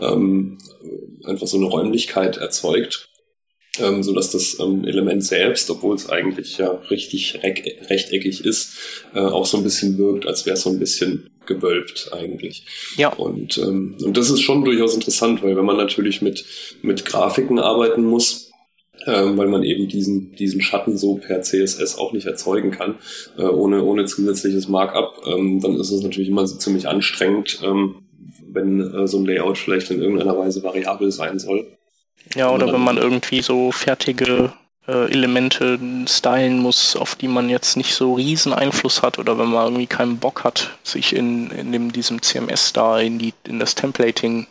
einfach so eine Räumlichkeit erzeugt. So dass das Element selbst, obwohl es eigentlich ja richtig rechteckig ist, auch so ein bisschen wirkt, als wäre es so ein bisschen gewölbt eigentlich. Ja. Und das ist schon durchaus interessant, weil wenn man natürlich mit Grafiken arbeiten muss, weil man eben diesen Schatten so per CSS auch nicht erzeugen kann, ohne zusätzliches Markup, dann ist es natürlich immer so ziemlich anstrengend, wenn so ein Layout vielleicht in irgendeiner Weise variabel sein soll. Ja, oder wenn man irgendwie so fertige Elemente stylen muss, auf die man jetzt nicht so riesen Einfluss hat, oder wenn man irgendwie keinen Bock hat, sich in diesem CMS da in das Templating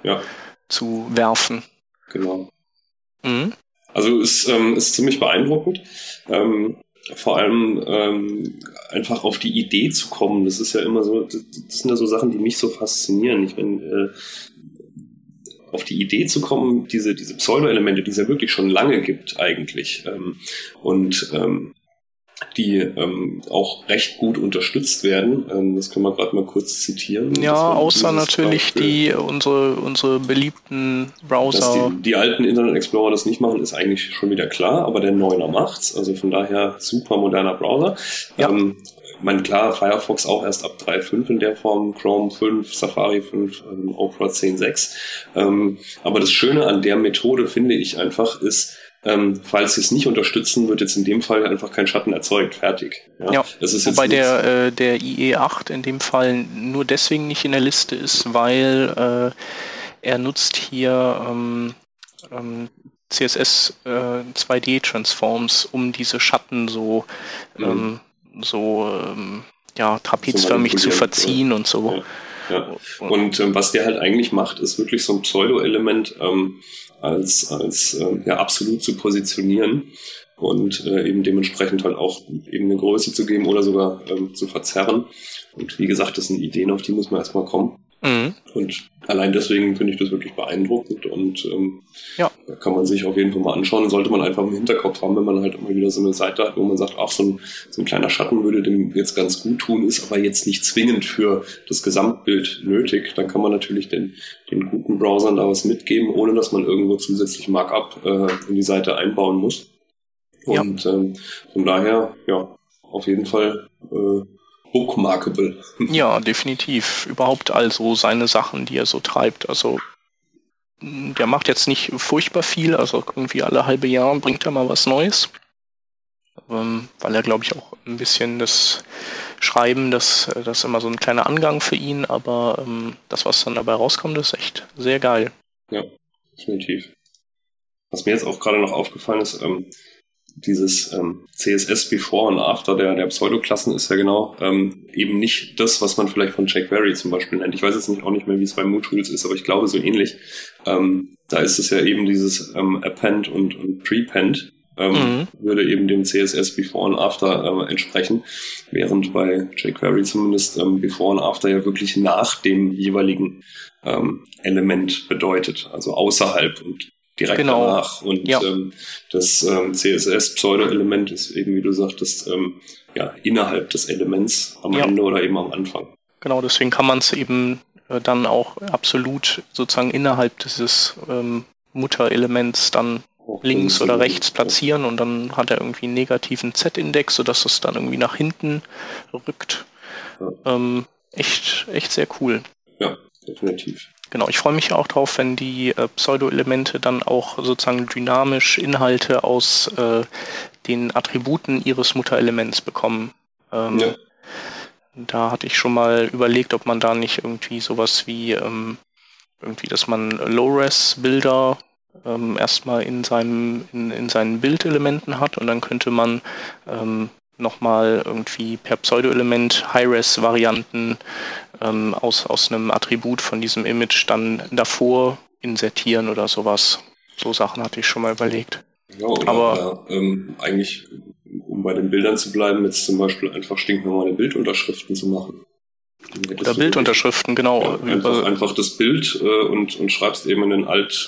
zu werfen. Genau. Mhm. Also ist ziemlich beeindruckend. Vor allem einfach auf die Idee zu kommen. Das ist ja immer so, das sind ja so Sachen, die mich so faszinieren. Ich bin auf die Idee zu kommen, diese Pseudo-Elemente, die es ja wirklich schon lange gibt eigentlich, die auch recht gut unterstützt werden. Das können wir gerade mal kurz zitieren. Ja, außer natürlich unsere beliebten Browser. Dass die alten Internet Explorer das nicht machen, ist eigentlich schon wieder klar, aber der 9er macht's. Also von daher super moderner Browser. Ja. Klar, Firefox auch erst ab 3.5 in der Form, Chrome 5, Safari 5, Opera 10.6. Aber das Schöne an der Methode, finde ich einfach, ist, falls sie es nicht unterstützen, wird jetzt in dem Fall einfach kein Schatten erzeugt. Fertig. Ja. Das ist wobei der IE8 in dem Fall nur deswegen nicht in der Liste ist, weil er nutzt hier CSS 2D Transforms, um diese Schatten so trapezförmig zu verziehen und so. Ja. Und was der halt eigentlich macht, ist wirklich so ein Pseudo-Element als absolut zu positionieren und eben dementsprechend halt auch eben eine Größe zu geben oder sogar zu verzerren. Und wie gesagt, das sind Ideen, auf die muss man erstmal kommen. Mhm. Und allein deswegen finde ich das wirklich beeindruckend und da kann man sich auf jeden Fall mal anschauen und sollte man einfach im Hinterkopf haben, wenn man halt immer wieder so eine Seite hat, wo man sagt, ach, so ein kleiner Schatten würde dem jetzt ganz gut tun, ist aber jetzt nicht zwingend für das Gesamtbild nötig, dann kann man natürlich den guten Browsern da was mitgeben, ohne dass man irgendwo zusätzlich Markup in die Seite einbauen muss. Und von daher, ja, auf jeden Fall bookmarkable. Ja, definitiv. Überhaupt also seine Sachen, die er so treibt. Also der macht jetzt nicht furchtbar viel, also irgendwie alle halbe Jahr bringt er mal was Neues. Weil er, glaube ich, auch ein bisschen das Schreiben, das ist immer so ein kleiner Angang für ihn, aber das, was dann dabei rauskommt, ist echt sehr geil. Ja, definitiv. Was mir jetzt auch gerade noch aufgefallen ist, dieses CSS Before und After der Pseudoklassen ist ja genau eben nicht das, was man vielleicht von jQuery zum Beispiel nennt. Ich weiß jetzt auch nicht mehr, wie es bei MooTools ist, aber ich glaube so ähnlich. Da ist es ja eben dieses Append und Prepend würde eben dem CSS Before und After entsprechen, während bei jQuery zumindest Before und After ja wirklich nach dem jeweiligen Element bedeutet, also außerhalb und direkt danach. Und das CSS-Pseudo-Element ist eben, wie du sagtest, innerhalb des Elements am Ende oder eben am Anfang. Genau, deswegen kann man es eben dann auch absolut sozusagen innerhalb dieses Mutterelements dann links oder rechts platzieren und dann hat er irgendwie einen negativen Z-Index, sodass es dann irgendwie nach hinten rückt. Echt sehr cool. Ja, definitiv. Genau, ich freue mich auch drauf, wenn die Pseudo-Elemente dann auch sozusagen dynamisch Inhalte aus den Attributen ihres Mutterelements bekommen. Da hatte ich schon mal überlegt, ob man da nicht irgendwie sowas wie dass man Low-Res-Bilder erstmal in seinen Bildelementen hat und dann könnte man nochmal irgendwie per Pseudo-Element High-Res-Varianten aus einem Attribut von diesem Image dann davor insertieren oder sowas. So Sachen hatte ich schon mal überlegt. Ja, aber eigentlich, um bei den Bildern zu bleiben, jetzt zum Beispiel einfach stinknormale Bildunterschriften zu machen. Oder Bildunterschriften, genau. Ja, einfach das Bild und schreibst eben in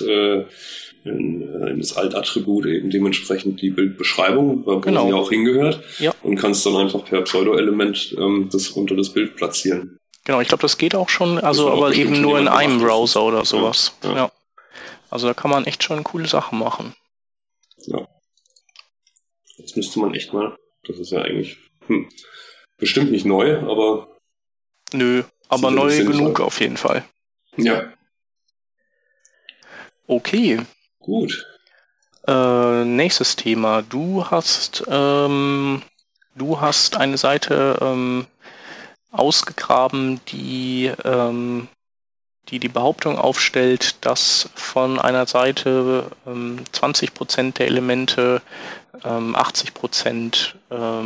das Alt-Attribut eben dementsprechend die Bildbeschreibung, wo sie auch hingehört, und kannst dann einfach per Pseudo-Element das unter das Bild platzieren. Genau, ich glaube, das geht auch schon, also aber eben nur in einem Browser oder sowas. Ja. Also da kann man echt schon coole Sachen machen. Ja. Jetzt müsste man echt mal, das ist ja eigentlich bestimmt nicht neu, aber nö, aber neu genug auf jeden Fall. Ja. Okay. Gut. Nächstes Thema. Du hast eine Seite ausgegraben, die Behauptung aufstellt, dass von einer Seite 20% der Elemente 80%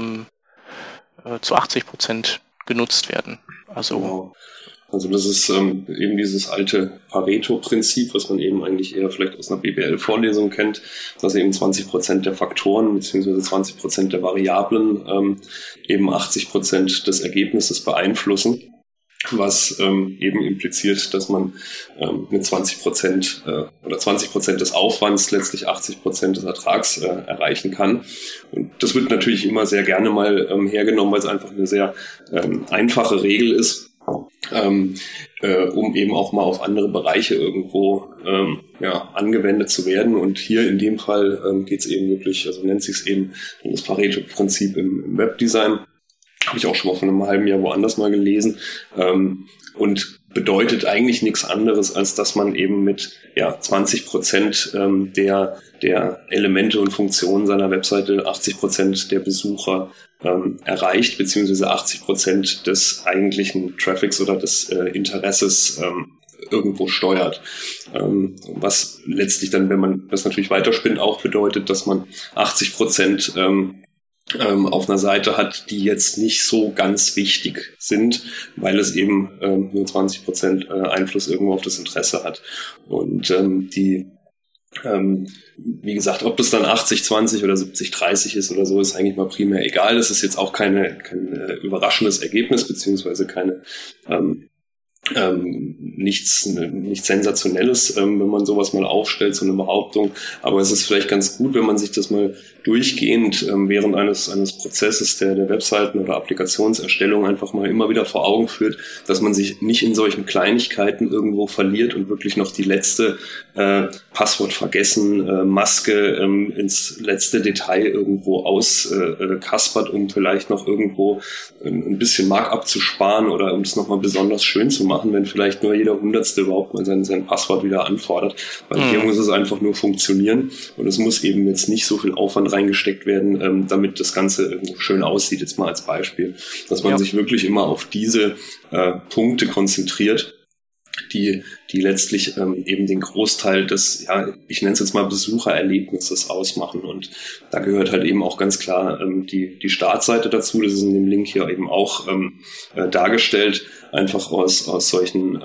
zu 80% genutzt werden. Genau. Also das ist eben dieses alte Pareto-Prinzip, was man eben eigentlich eher vielleicht aus einer BWL-Vorlesung kennt, dass eben 20% der Faktoren bzw. 20% der Variablen eben 80% des Ergebnisses beeinflussen, was eben impliziert, dass man mit 20% oder 20% des Aufwands letztlich 80% des Ertrags erreichen kann. Und das wird natürlich immer sehr gerne mal hergenommen, weil es einfach eine sehr einfache Regel ist, um eben auch mal auf andere Bereiche irgendwo angewendet zu werden. Und hier in dem Fall geht es eben wirklich, also nennt sich es eben das Pareto-Prinzip im Webdesign. Habe ich auch schon mal vor einem halben Jahr woanders mal gelesen. Und bedeutet eigentlich nichts anderes, als dass man eben mit 20% der Elemente und Funktionen seiner Webseite 80% der Besucher erreicht, beziehungsweise 80% des eigentlichen Traffics oder des Interesses irgendwo steuert. Was letztlich dann, wenn man das natürlich weiterspinnt, auch bedeutet, dass man 80% auf einer Seite hat, die jetzt nicht so ganz wichtig sind, weil es eben nur 20% Einfluss irgendwo auf das Interesse hat. Und wie gesagt, ob das dann 80-20 oder 70-30 ist oder so, ist eigentlich mal primär egal. Das ist jetzt auch kein überraschendes Ergebnis, beziehungsweise keine nichts Sensationelles, wenn man sowas mal aufstellt, so eine Behauptung. Aber es ist vielleicht ganz gut, wenn man sich das mal durchgehend während eines Prozesses der Webseiten- oder Applikationserstellung einfach mal immer wieder vor Augen führt, dass man sich nicht in solchen Kleinigkeiten irgendwo verliert und wirklich noch die letzte Passwort vergessen, Maske ins letzte Detail irgendwo auskaspert, um vielleicht noch irgendwo ein bisschen Markup zu sparen oder um es nochmal besonders schön zu machen, wenn vielleicht nur jeder Hundertste überhaupt mal sein Passwort wieder anfordert. Weil hier muss es einfach nur funktionieren und es muss eben jetzt nicht so viel Aufwand reingesteckt werden, damit das Ganze irgendwo schön aussieht, jetzt mal als Beispiel. Dass man sich wirklich immer auf diese Punkte konzentriert, die letztlich eben den Großteil des, ich nenne es jetzt mal Besuchererlebnisses ausmachen. Und da gehört halt eben auch ganz klar die Startseite dazu. Das ist in dem Link hier eben auch dargestellt, einfach aus solchen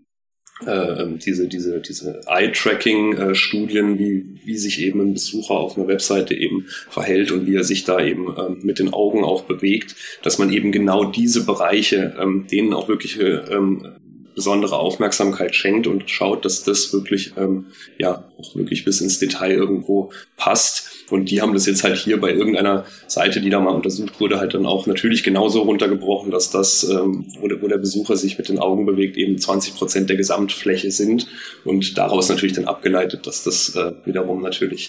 diese Eye-Tracking-Studien, wie sich eben ein Besucher auf einer Webseite eben verhält und wie er sich da eben mit den Augen auch bewegt, dass man eben genau diese Bereiche, denen auch wirklich besondere Aufmerksamkeit schenkt und schaut, dass das wirklich auch wirklich bis ins Detail irgendwo passt. Und die haben das jetzt halt hier bei irgendeiner Seite, die da mal untersucht wurde, halt dann auch natürlich genauso runtergebrochen, dass das, wo der Besucher sich mit den Augen bewegt, eben 20% der Gesamtfläche sind und daraus natürlich dann abgeleitet, dass das wiederum natürlich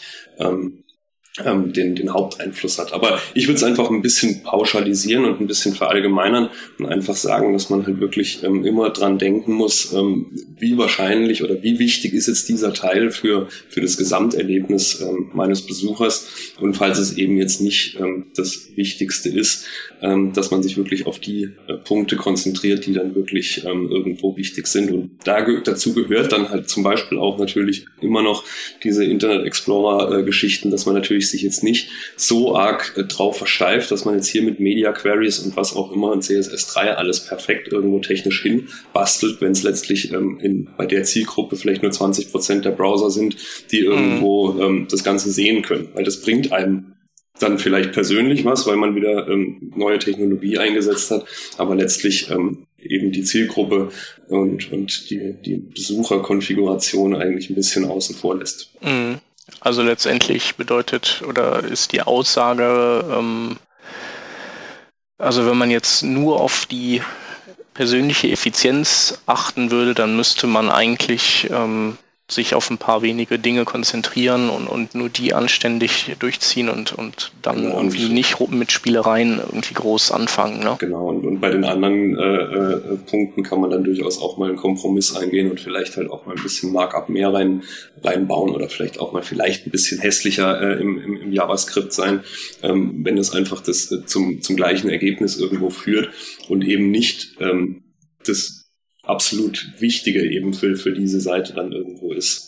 den Haupteinfluss hat. Aber ich würde es einfach ein bisschen pauschalisieren und ein bisschen verallgemeinern und einfach sagen, dass man halt wirklich immer dran denken muss, wie wahrscheinlich oder wie wichtig ist jetzt dieser Teil für das Gesamterlebnis meines Besuchers, und falls es eben jetzt nicht das Wichtigste ist, dass man sich wirklich auf die Punkte konzentriert, die dann wirklich irgendwo wichtig sind. Und dazu gehört dann halt zum Beispiel auch natürlich immer noch diese Internet Explorer Geschichten, dass man natürlich sich jetzt nicht so arg drauf versteift, dass man jetzt hier mit Media Queries und was auch immer und CSS3 alles perfekt irgendwo technisch hin bastelt, wenn es letztlich bei der Zielgruppe vielleicht nur 20% der Browser sind, die irgendwo das Ganze sehen können. Weil das bringt einem dann vielleicht persönlich was, weil man wieder neue Technologie eingesetzt hat, aber letztlich eben die Zielgruppe und die Besucherkonfiguration eigentlich ein bisschen außen vor lässt. Also letztendlich bedeutet oder ist die Aussage, also wenn man jetzt nur auf die persönliche Effizienz achten würde, dann müsste man eigentlich sich auf ein paar wenige Dinge konzentrieren und nur die anständig durchziehen und dann irgendwie nicht mit Spielereien irgendwie groß anfangen. Ne? Genau, und bei den anderen Punkten kann man dann durchaus auch mal einen Kompromiss eingehen und vielleicht halt auch mal ein bisschen Markup mehr reinbauen oder vielleicht auch mal ein bisschen hässlicher im JavaScript sein, wenn es einfach das zum gleichen Ergebnis irgendwo führt und eben nicht das absolut Wichtige eben für diese Seite dann irgendwo ist.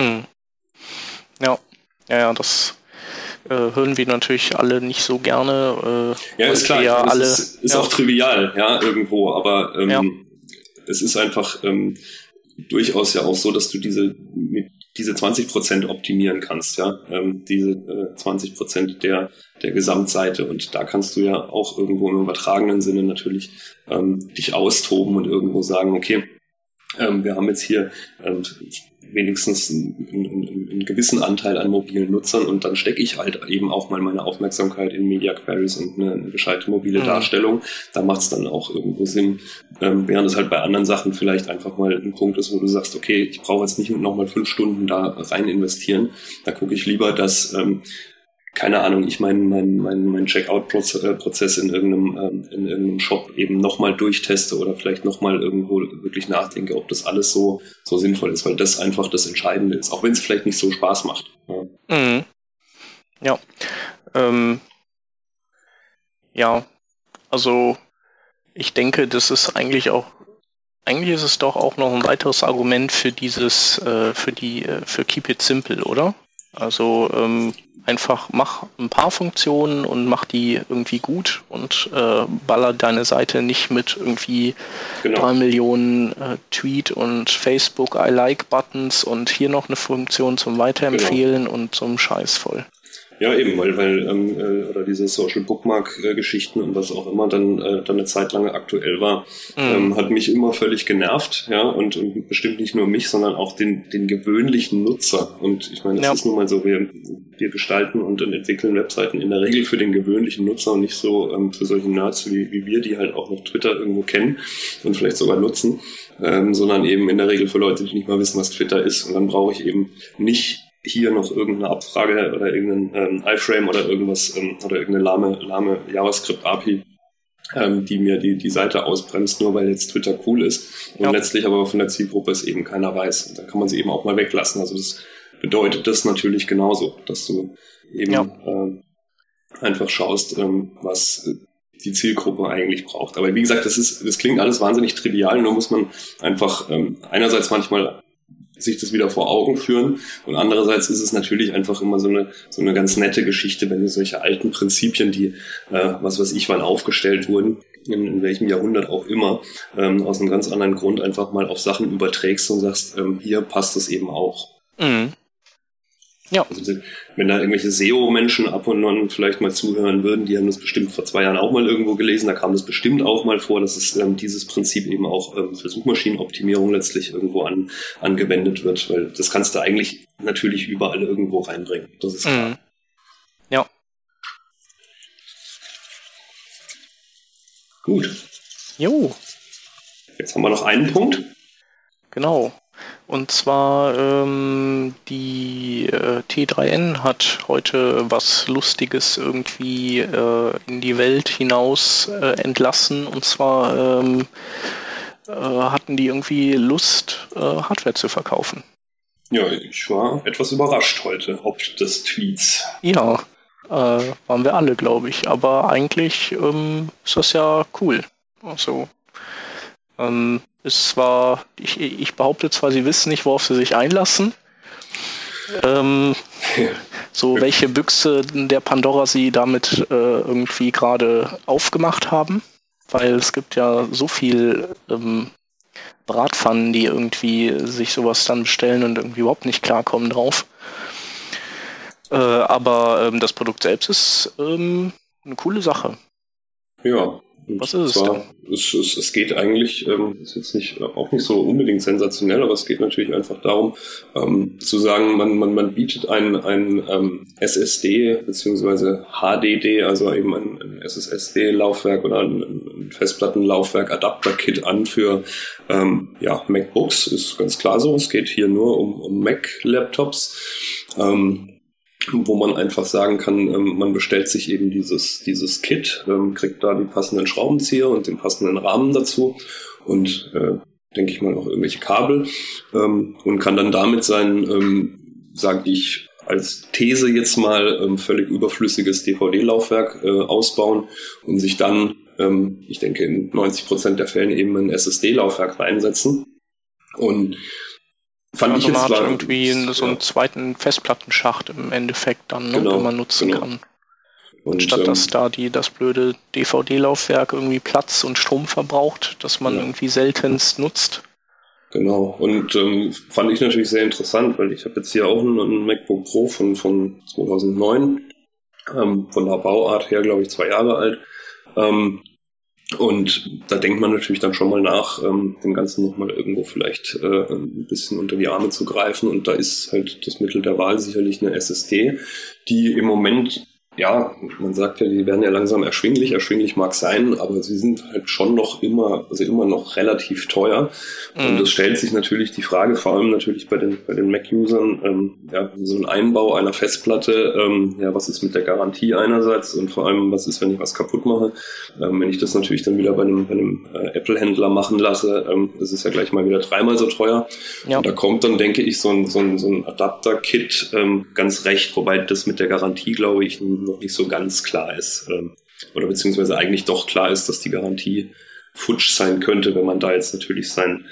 Ja, das hören wir natürlich alle nicht so gerne. Ja, ist klar, ist auch trivial, ja, irgendwo, aber es ist einfach durchaus ja auch so, dass du diese 20% optimieren kannst, ja, diese 20% der Gesamtseite, und da kannst du ja auch irgendwo im übertragenen Sinne natürlich dich austoben und irgendwo sagen, okay, wir haben jetzt hier wenigstens einen gewissen Anteil an mobilen Nutzern und dann stecke ich halt eben auch mal meine Aufmerksamkeit in Media Queries und eine gescheite mobile Darstellung. Da macht es dann auch irgendwo Sinn, während es halt bei anderen Sachen vielleicht einfach mal ein Punkt ist, wo du sagst, okay, ich brauche jetzt nicht nochmal 5 Stunden da rein investieren. Da gucke ich lieber, dass keine Ahnung, ich meinen Checkout-Prozess in irgendeinem Shop eben nochmal durchteste oder vielleicht nochmal irgendwo wirklich nachdenke, ob das alles so sinnvoll ist, weil das einfach das Entscheidende ist, auch wenn es vielleicht nicht so Spaß macht. Ja, also ich denke, das ist eigentlich ist es doch auch noch ein weiteres Argument für für Keep It Simple, oder? Also einfach mach ein paar Funktionen und mach die irgendwie gut und baller deine Seite nicht mit irgendwie 3 Millionen Tweet und Facebook I like Buttons und hier noch eine Funktion zum Weiterempfehlen und so einem Scheiß voll. Ja, eben, weil oder diese Social Bookmark-Geschichten und was auch immer dann eine Zeit lang aktuell war, hat mich immer völlig genervt, ja, und bestimmt nicht nur mich, sondern auch den gewöhnlichen Nutzer. Und ich meine, es ist nun mal so, wir gestalten und entwickeln Webseiten in der Regel für den gewöhnlichen Nutzer und nicht so für solche Nerds wie wir, die halt auch noch Twitter irgendwo kennen und vielleicht sogar nutzen, sondern eben in der Regel für Leute, die nicht mal wissen, was Twitter ist. Und dann brauche ich eben nicht hier noch irgendeine Abfrage oder irgendeinen iframe oder irgendwas oder irgendeine lahme JavaScript-API, die mir die Seite ausbremst, nur weil jetzt Twitter cool ist und letztlich aber von der Zielgruppe es eben keiner weiß. Und dann kann man sie eben auch mal weglassen. Also das bedeutet das natürlich genauso, dass du eben einfach schaust, was die Zielgruppe eigentlich braucht. Aber wie gesagt, das klingt alles wahnsinnig trivial, nur muss man einfach einerseits manchmal sich das wieder vor Augen führen und andererseits ist es natürlich einfach immer so eine ganz nette Geschichte, wenn du solche alten Prinzipien, die was weiß ich wann aufgestellt wurden, in welchem Jahrhundert auch immer, aus einem ganz anderen Grund einfach mal auf Sachen überträgst und sagst, hier passt es eben auch. Mhm. Ja. Also, wenn da irgendwelche SEO-Menschen ab und an vielleicht mal zuhören würden, die haben das bestimmt vor 2 Jahren auch mal irgendwo gelesen, da kam das bestimmt auch mal vor, dass es dieses Prinzip eben auch für Suchmaschinenoptimierung letztlich irgendwo angewendet wird, weil das kannst du eigentlich natürlich überall irgendwo reinbringen. Das ist klar. Mhm. Ja. Gut. Jo. Jetzt haben wir noch einen Punkt. Genau. Und zwar die T3N hat heute was Lustiges irgendwie in die Welt hinaus entlassen. Und zwar hatten die irgendwie Lust, Hardware zu verkaufen. Ja, ich war etwas überrascht heute, ob des Tweets. Ja, waren wir alle, glaube ich. Aber eigentlich ist das ja cool. Also ist zwar, ich behaupte zwar, sie wissen nicht, worauf sie sich einlassen. So welche Büchse der Pandora sie damit irgendwie gerade aufgemacht haben. Weil es gibt ja so viel Bratpfannen, die irgendwie sich sowas dann bestellen und irgendwie überhaupt nicht klarkommen drauf. Aber das Produkt selbst ist eine coole Sache. Ja. Was ist es denn? Es geht eigentlich, ist jetzt auch nicht so unbedingt sensationell, aber es geht natürlich einfach darum, zu sagen, man bietet ein SSD beziehungsweise HDD, also eben ein SSD-Laufwerk oder ein Festplattenlaufwerk Adapter-Kit an für MacBooks, ist ganz klar so. Es geht hier nur um Mac-Laptops. Wo man einfach sagen kann, man bestellt sich eben dieses Kit, kriegt da die passenden Schraubenzieher und den passenden Rahmen dazu und denke ich mal auch irgendwelche Kabel und kann dann damit sein, sage ich als These jetzt mal, völlig überflüssiges DVD-Laufwerk ausbauen und sich dann, ich denke in 90% der Fällen eben ein SSD-Laufwerk reinsetzen und fand ich jetzt irgendwie so einen zweiten Festplattenschacht im Endeffekt dann, ne, den man nutzen kann. Und statt dass da das blöde DVD-Laufwerk irgendwie Platz und Strom verbraucht, dass man irgendwie seltenst nutzt. Genau, und fand ich natürlich sehr interessant, weil ich habe jetzt hier auch einen MacBook Pro von 2009, von der Bauart her, glaube ich, 2 Jahre alt. Und da denkt man natürlich dann schon mal nach, dem Ganzen nochmal irgendwo vielleicht ein bisschen unter die Arme zu greifen. Und da ist halt das Mittel der Wahl sicherlich eine SSD, die im Moment, ja, man sagt ja, die werden ja langsam erschwinglich. Erschwinglich mag sein, aber sie sind halt schon noch immer noch relativ teuer. Und es stellt sich natürlich die Frage, vor allem natürlich bei den Mac-Usern, so ein Einbau einer Festplatte, was ist mit der Garantie einerseits und vor allem, was ist, wenn ich was kaputt mache? Wenn ich das natürlich dann wieder bei einem Apple-Händler machen lasse, das ist ja gleich mal wieder 3-mal so teuer. Ja. Und da kommt dann, denke ich, so ein Adapter-Kit ganz recht, wobei das mit der Garantie, glaube ich, noch nicht so ganz klar ist. Oder beziehungsweise eigentlich doch klar ist, dass die Garantie futsch sein könnte, wenn man da jetzt natürlich sein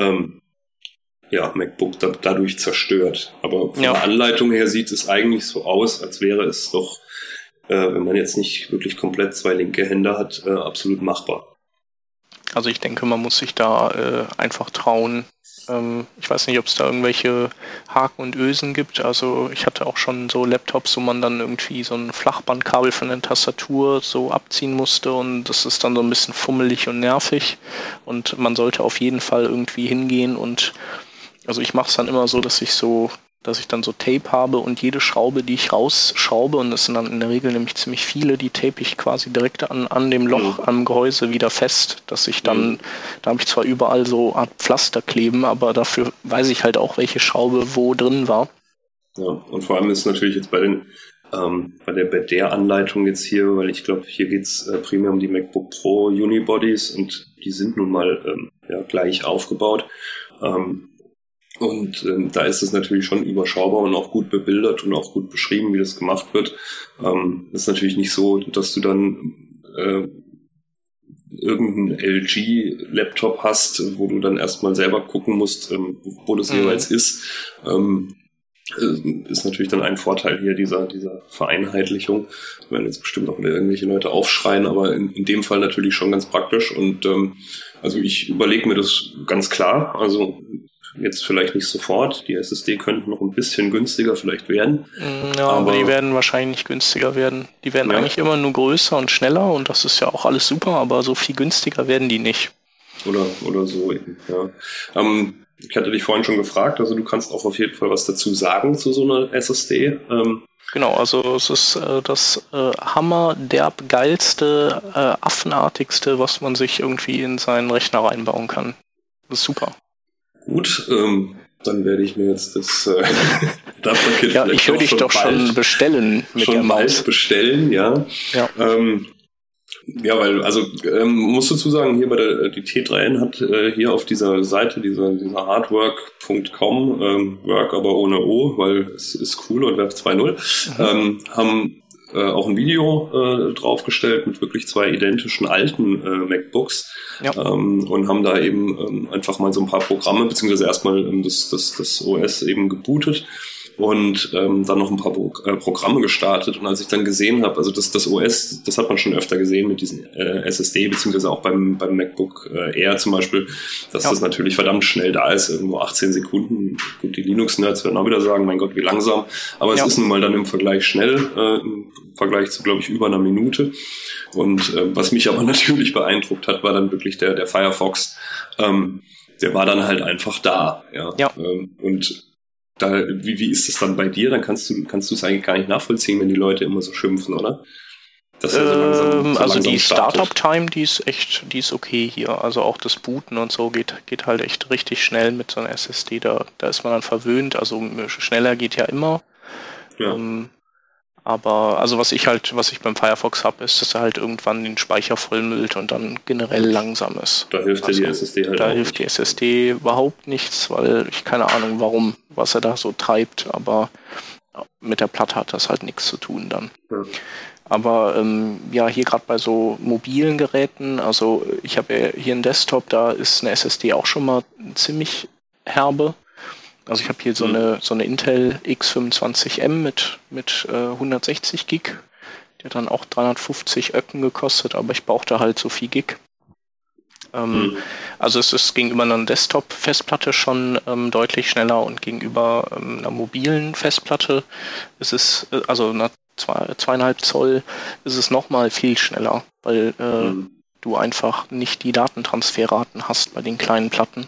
MacBook dadurch zerstört. Aber von der Anleitung her sieht es eigentlich so aus, als wäre es doch, wenn man jetzt nicht wirklich komplett 2 linke Hände hat, absolut machbar. Also ich denke, man muss sich da einfach trauen, Ich weiß nicht, ob es da irgendwelche Haken und Ösen gibt. Also ich hatte auch schon so Laptops, wo man dann irgendwie so ein Flachbandkabel von der Tastatur so abziehen musste und das ist dann so ein bisschen fummelig und nervig und man sollte auf jeden Fall irgendwie hingehen und also ich mache es dann immer so, dass ich dann so Tape habe und jede Schraube, die ich rausschraube, und das sind dann in der Regel nämlich ziemlich viele, die tape ich quasi direkt an dem Loch am Gehäuse wieder fest, dass ich dann, da habe ich zwar überall so Art Pflaster kleben, aber dafür weiß ich halt auch, welche Schraube wo drin war. Ja, und vor allem ist natürlich jetzt bei der Anleitung jetzt hier, weil ich glaube, hier geht's primär um die MacBook Pro Unibodies und die sind nun mal gleich aufgebaut. Da ist es natürlich schon überschaubar und auch gut bebildert und auch gut beschrieben, wie das gemacht wird. Das ist natürlich nicht so, dass du dann irgendeinen LG-Laptop hast, wo du dann erstmal selber gucken musst, wo das jeweils ist. Ist natürlich dann ein Vorteil hier dieser Vereinheitlichung. Da werden jetzt bestimmt auch wieder irgendwelche Leute aufschreien, aber in dem Fall natürlich schon ganz praktisch. Und also ich überlege mir das ganz klar. Also jetzt vielleicht nicht sofort. Die SSD könnten noch ein bisschen günstiger vielleicht werden. Ja, aber die werden wahrscheinlich nicht günstiger werden. Die werden eigentlich immer nur größer und schneller und das ist ja auch alles super, aber so viel günstiger werden die nicht. Oder so eben, ja. Ich hatte dich vorhin schon gefragt, also du kannst auch auf jeden Fall was dazu sagen zu so einer SSD. Genau, also es ist das hammerderb geilste, affenartigste, was man sich irgendwie in seinen Rechner reinbauen kann. Das ist super. Gut, dann werde ich mir jetzt das Adapterkit ja, ich würde dich doch schon bestellen mit schon der bald Maus. Bestellen, ja. Ja, weil, also muss dazu sagen, hier die T3N hat hier auf dieser Seite, dieser hardwork.com, Work aber ohne O, weil es ist cool und Web 2.0, haben auch ein Video draufgestellt mit wirklich 2 identischen alten MacBooks und haben da eben einfach mal so ein paar Programme, beziehungsweise erstmal das OS eben gebootet und dann noch ein paar Programme gestartet. Und als ich dann gesehen habe, also das OS, das hat man schon öfter gesehen mit diesen SSD, beziehungsweise auch beim MacBook Air zum Beispiel, dass das natürlich verdammt schnell da ist, irgendwo 18 Sekunden. Gut, die Linux-Nerds werden auch wieder sagen, mein Gott, wie langsam. Aber es ist nun mal dann im Vergleich schnell, im Vergleich zu, glaube ich, über einer Minute. Und was mich aber natürlich beeindruckt hat, war dann wirklich der Firefox. Der war dann halt einfach da. Und da, wie ist das dann bei dir? Dann kannst du es eigentlich gar nicht nachvollziehen, wenn die Leute immer so schimpfen, oder? Dass er so langsam also die Startup-Time, die ist okay hier. Also auch das Booten und so geht halt echt richtig schnell mit so einer SSD. Da ist man dann verwöhnt. Also schneller geht ja immer. Ja. Aber also was ich beim Firefox habe, ist, dass er halt irgendwann den Speicher vollmüllt und dann generell langsam ist. Da hilft die SSD halt Da hilft die SSD überhaupt nichts, weil ich keine Ahnung was er da so treibt, aber mit der Platte hat das halt nichts zu tun dann. Ja. Aber hier gerade bei so mobilen Geräten, also ich habe ja hier einen Desktop, da ist eine SSD auch schon mal ziemlich herbe. Also ich habe hier so eine Intel X25M mit 160 Gig. Die hat dann auch 350 Öcken gekostet, aber ich brauchte halt so viel Gig. Also es ist gegenüber einer Desktop-Festplatte schon deutlich schneller und gegenüber einer mobilen Festplatte ist es, also einer 2,5 Zoll, ist es nochmal viel schneller, weil du einfach nicht die Datentransferraten hast bei den kleinen Platten.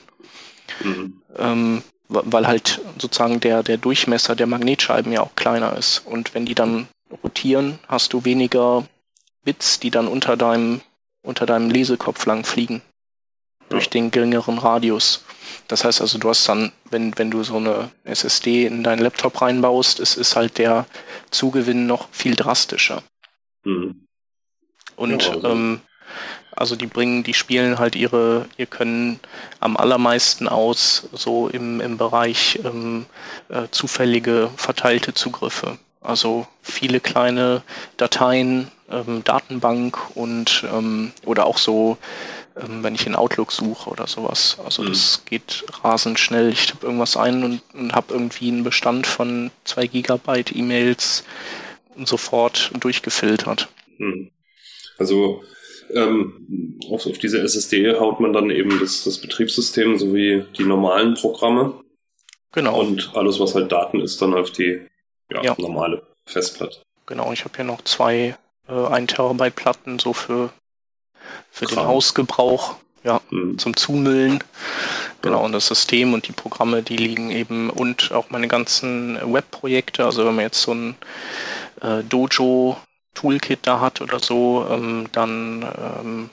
Weil halt sozusagen der Durchmesser der Magnetscheiben ja auch kleiner ist. Und wenn die dann rotieren, hast du weniger Bits, die dann unter deinem Lesekopf lang fliegen. Durch den geringeren Radius. Das heißt also, du hast dann, wenn du so eine SSD in deinen Laptop reinbaust, ist halt der Zugewinn noch viel drastischer. Und also die spielen halt ihr Können am allermeisten aus, so im Bereich zufällige verteilte Zugriffe. Also viele kleine Dateien, Datenbank und oder auch so, wenn ich in Outlook suche oder sowas. Also das geht rasend schnell. Ich tippe irgendwas ein und habe irgendwie einen Bestand von 2 Gigabyte E-Mails sofort durchgefiltert. Also Auf diese SSD haut man dann eben das Betriebssystem sowie die normalen Programme. Genau. Und alles, was halt Daten ist, dann auf die normale Festplatte. Genau, ich habe hier noch 2 1 Terabyte Platten so für den Hausgebrauch, zum Zumüllen. Genau, und das System und die Programme, die liegen eben, und auch meine ganzen Webprojekte, also wenn man jetzt so ein Dojo-Toolkit da hat oder so, dann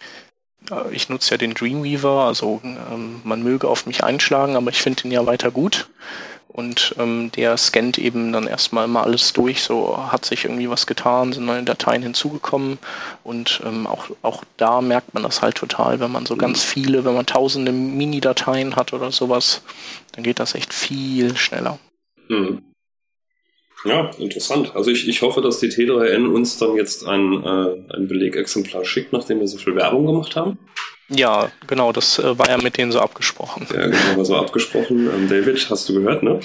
ich nutze ja den Dreamweaver, also man möge auf mich einschlagen, aber ich finde ihn ja weiter gut. Und der scannt eben dann erstmal mal alles durch, so hat sich irgendwie was getan, sind neue Dateien hinzugekommen, und auch da merkt man das halt total, wenn man so ganz viele, wenn man tausende Mini-Dateien hat oder sowas, dann geht das echt viel schneller. Mhm. Ja, interessant. Also ich hoffe, dass die T3N uns dann jetzt ein Belegexemplar schickt, nachdem wir so viel Werbung gemacht haben. Ja, genau, das war ja mit denen so abgesprochen. Ja, genau, war so abgesprochen. David, hast du gehört, ne?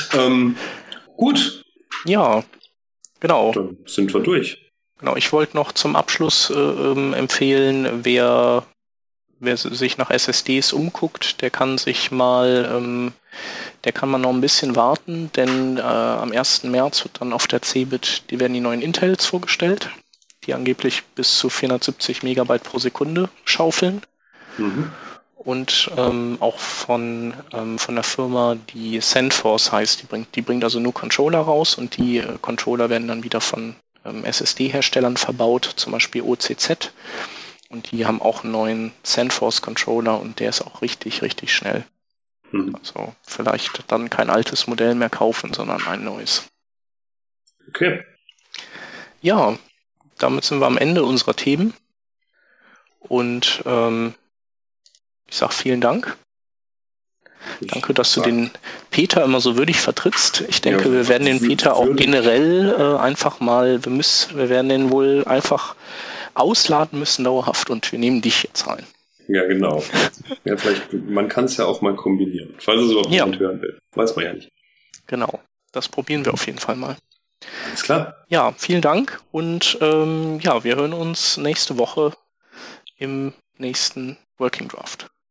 Gut. Ja, genau. Dann sind wir durch. Genau, ich wollte noch zum Abschluss empfehlen, wer sich nach SSDs umguckt, der kann mal noch ein bisschen warten, denn am 1. März wird dann auf der CeBIT, werden die neuen Intels vorgestellt, die angeblich bis zu 470 Megabyte pro Sekunde schaufeln. Mhm. Und auch von der Firma, die SandForce heißt, die bringt also nur Controller raus, und die Controller werden dann wieder von SSD-Herstellern verbaut, zum Beispiel OCZ. Und die haben auch einen neuen SandForce-Controller, und der ist auch richtig, richtig schnell. Mhm. Also vielleicht dann kein altes Modell mehr kaufen, sondern ein neues. Okay. Ja, damit sind wir am Ende unserer Themen. Und ich sage vielen Dank. Danke, dass du den Peter immer so würdig vertrittst. Ich denke, wir werden den Peter auch generell einfach mal, wir werden den wohl einfach ausladen müssen dauerhaft, und wir nehmen dich jetzt rein. Ja, genau. Ja, man kann es ja auch mal kombinieren, falls es überhaupt jemand hören will. Weiß man ja nicht. Genau, das probieren wir auf jeden Fall mal. Alles klar. Ja, vielen Dank, und wir hören uns nächste Woche im nächsten Working Draft.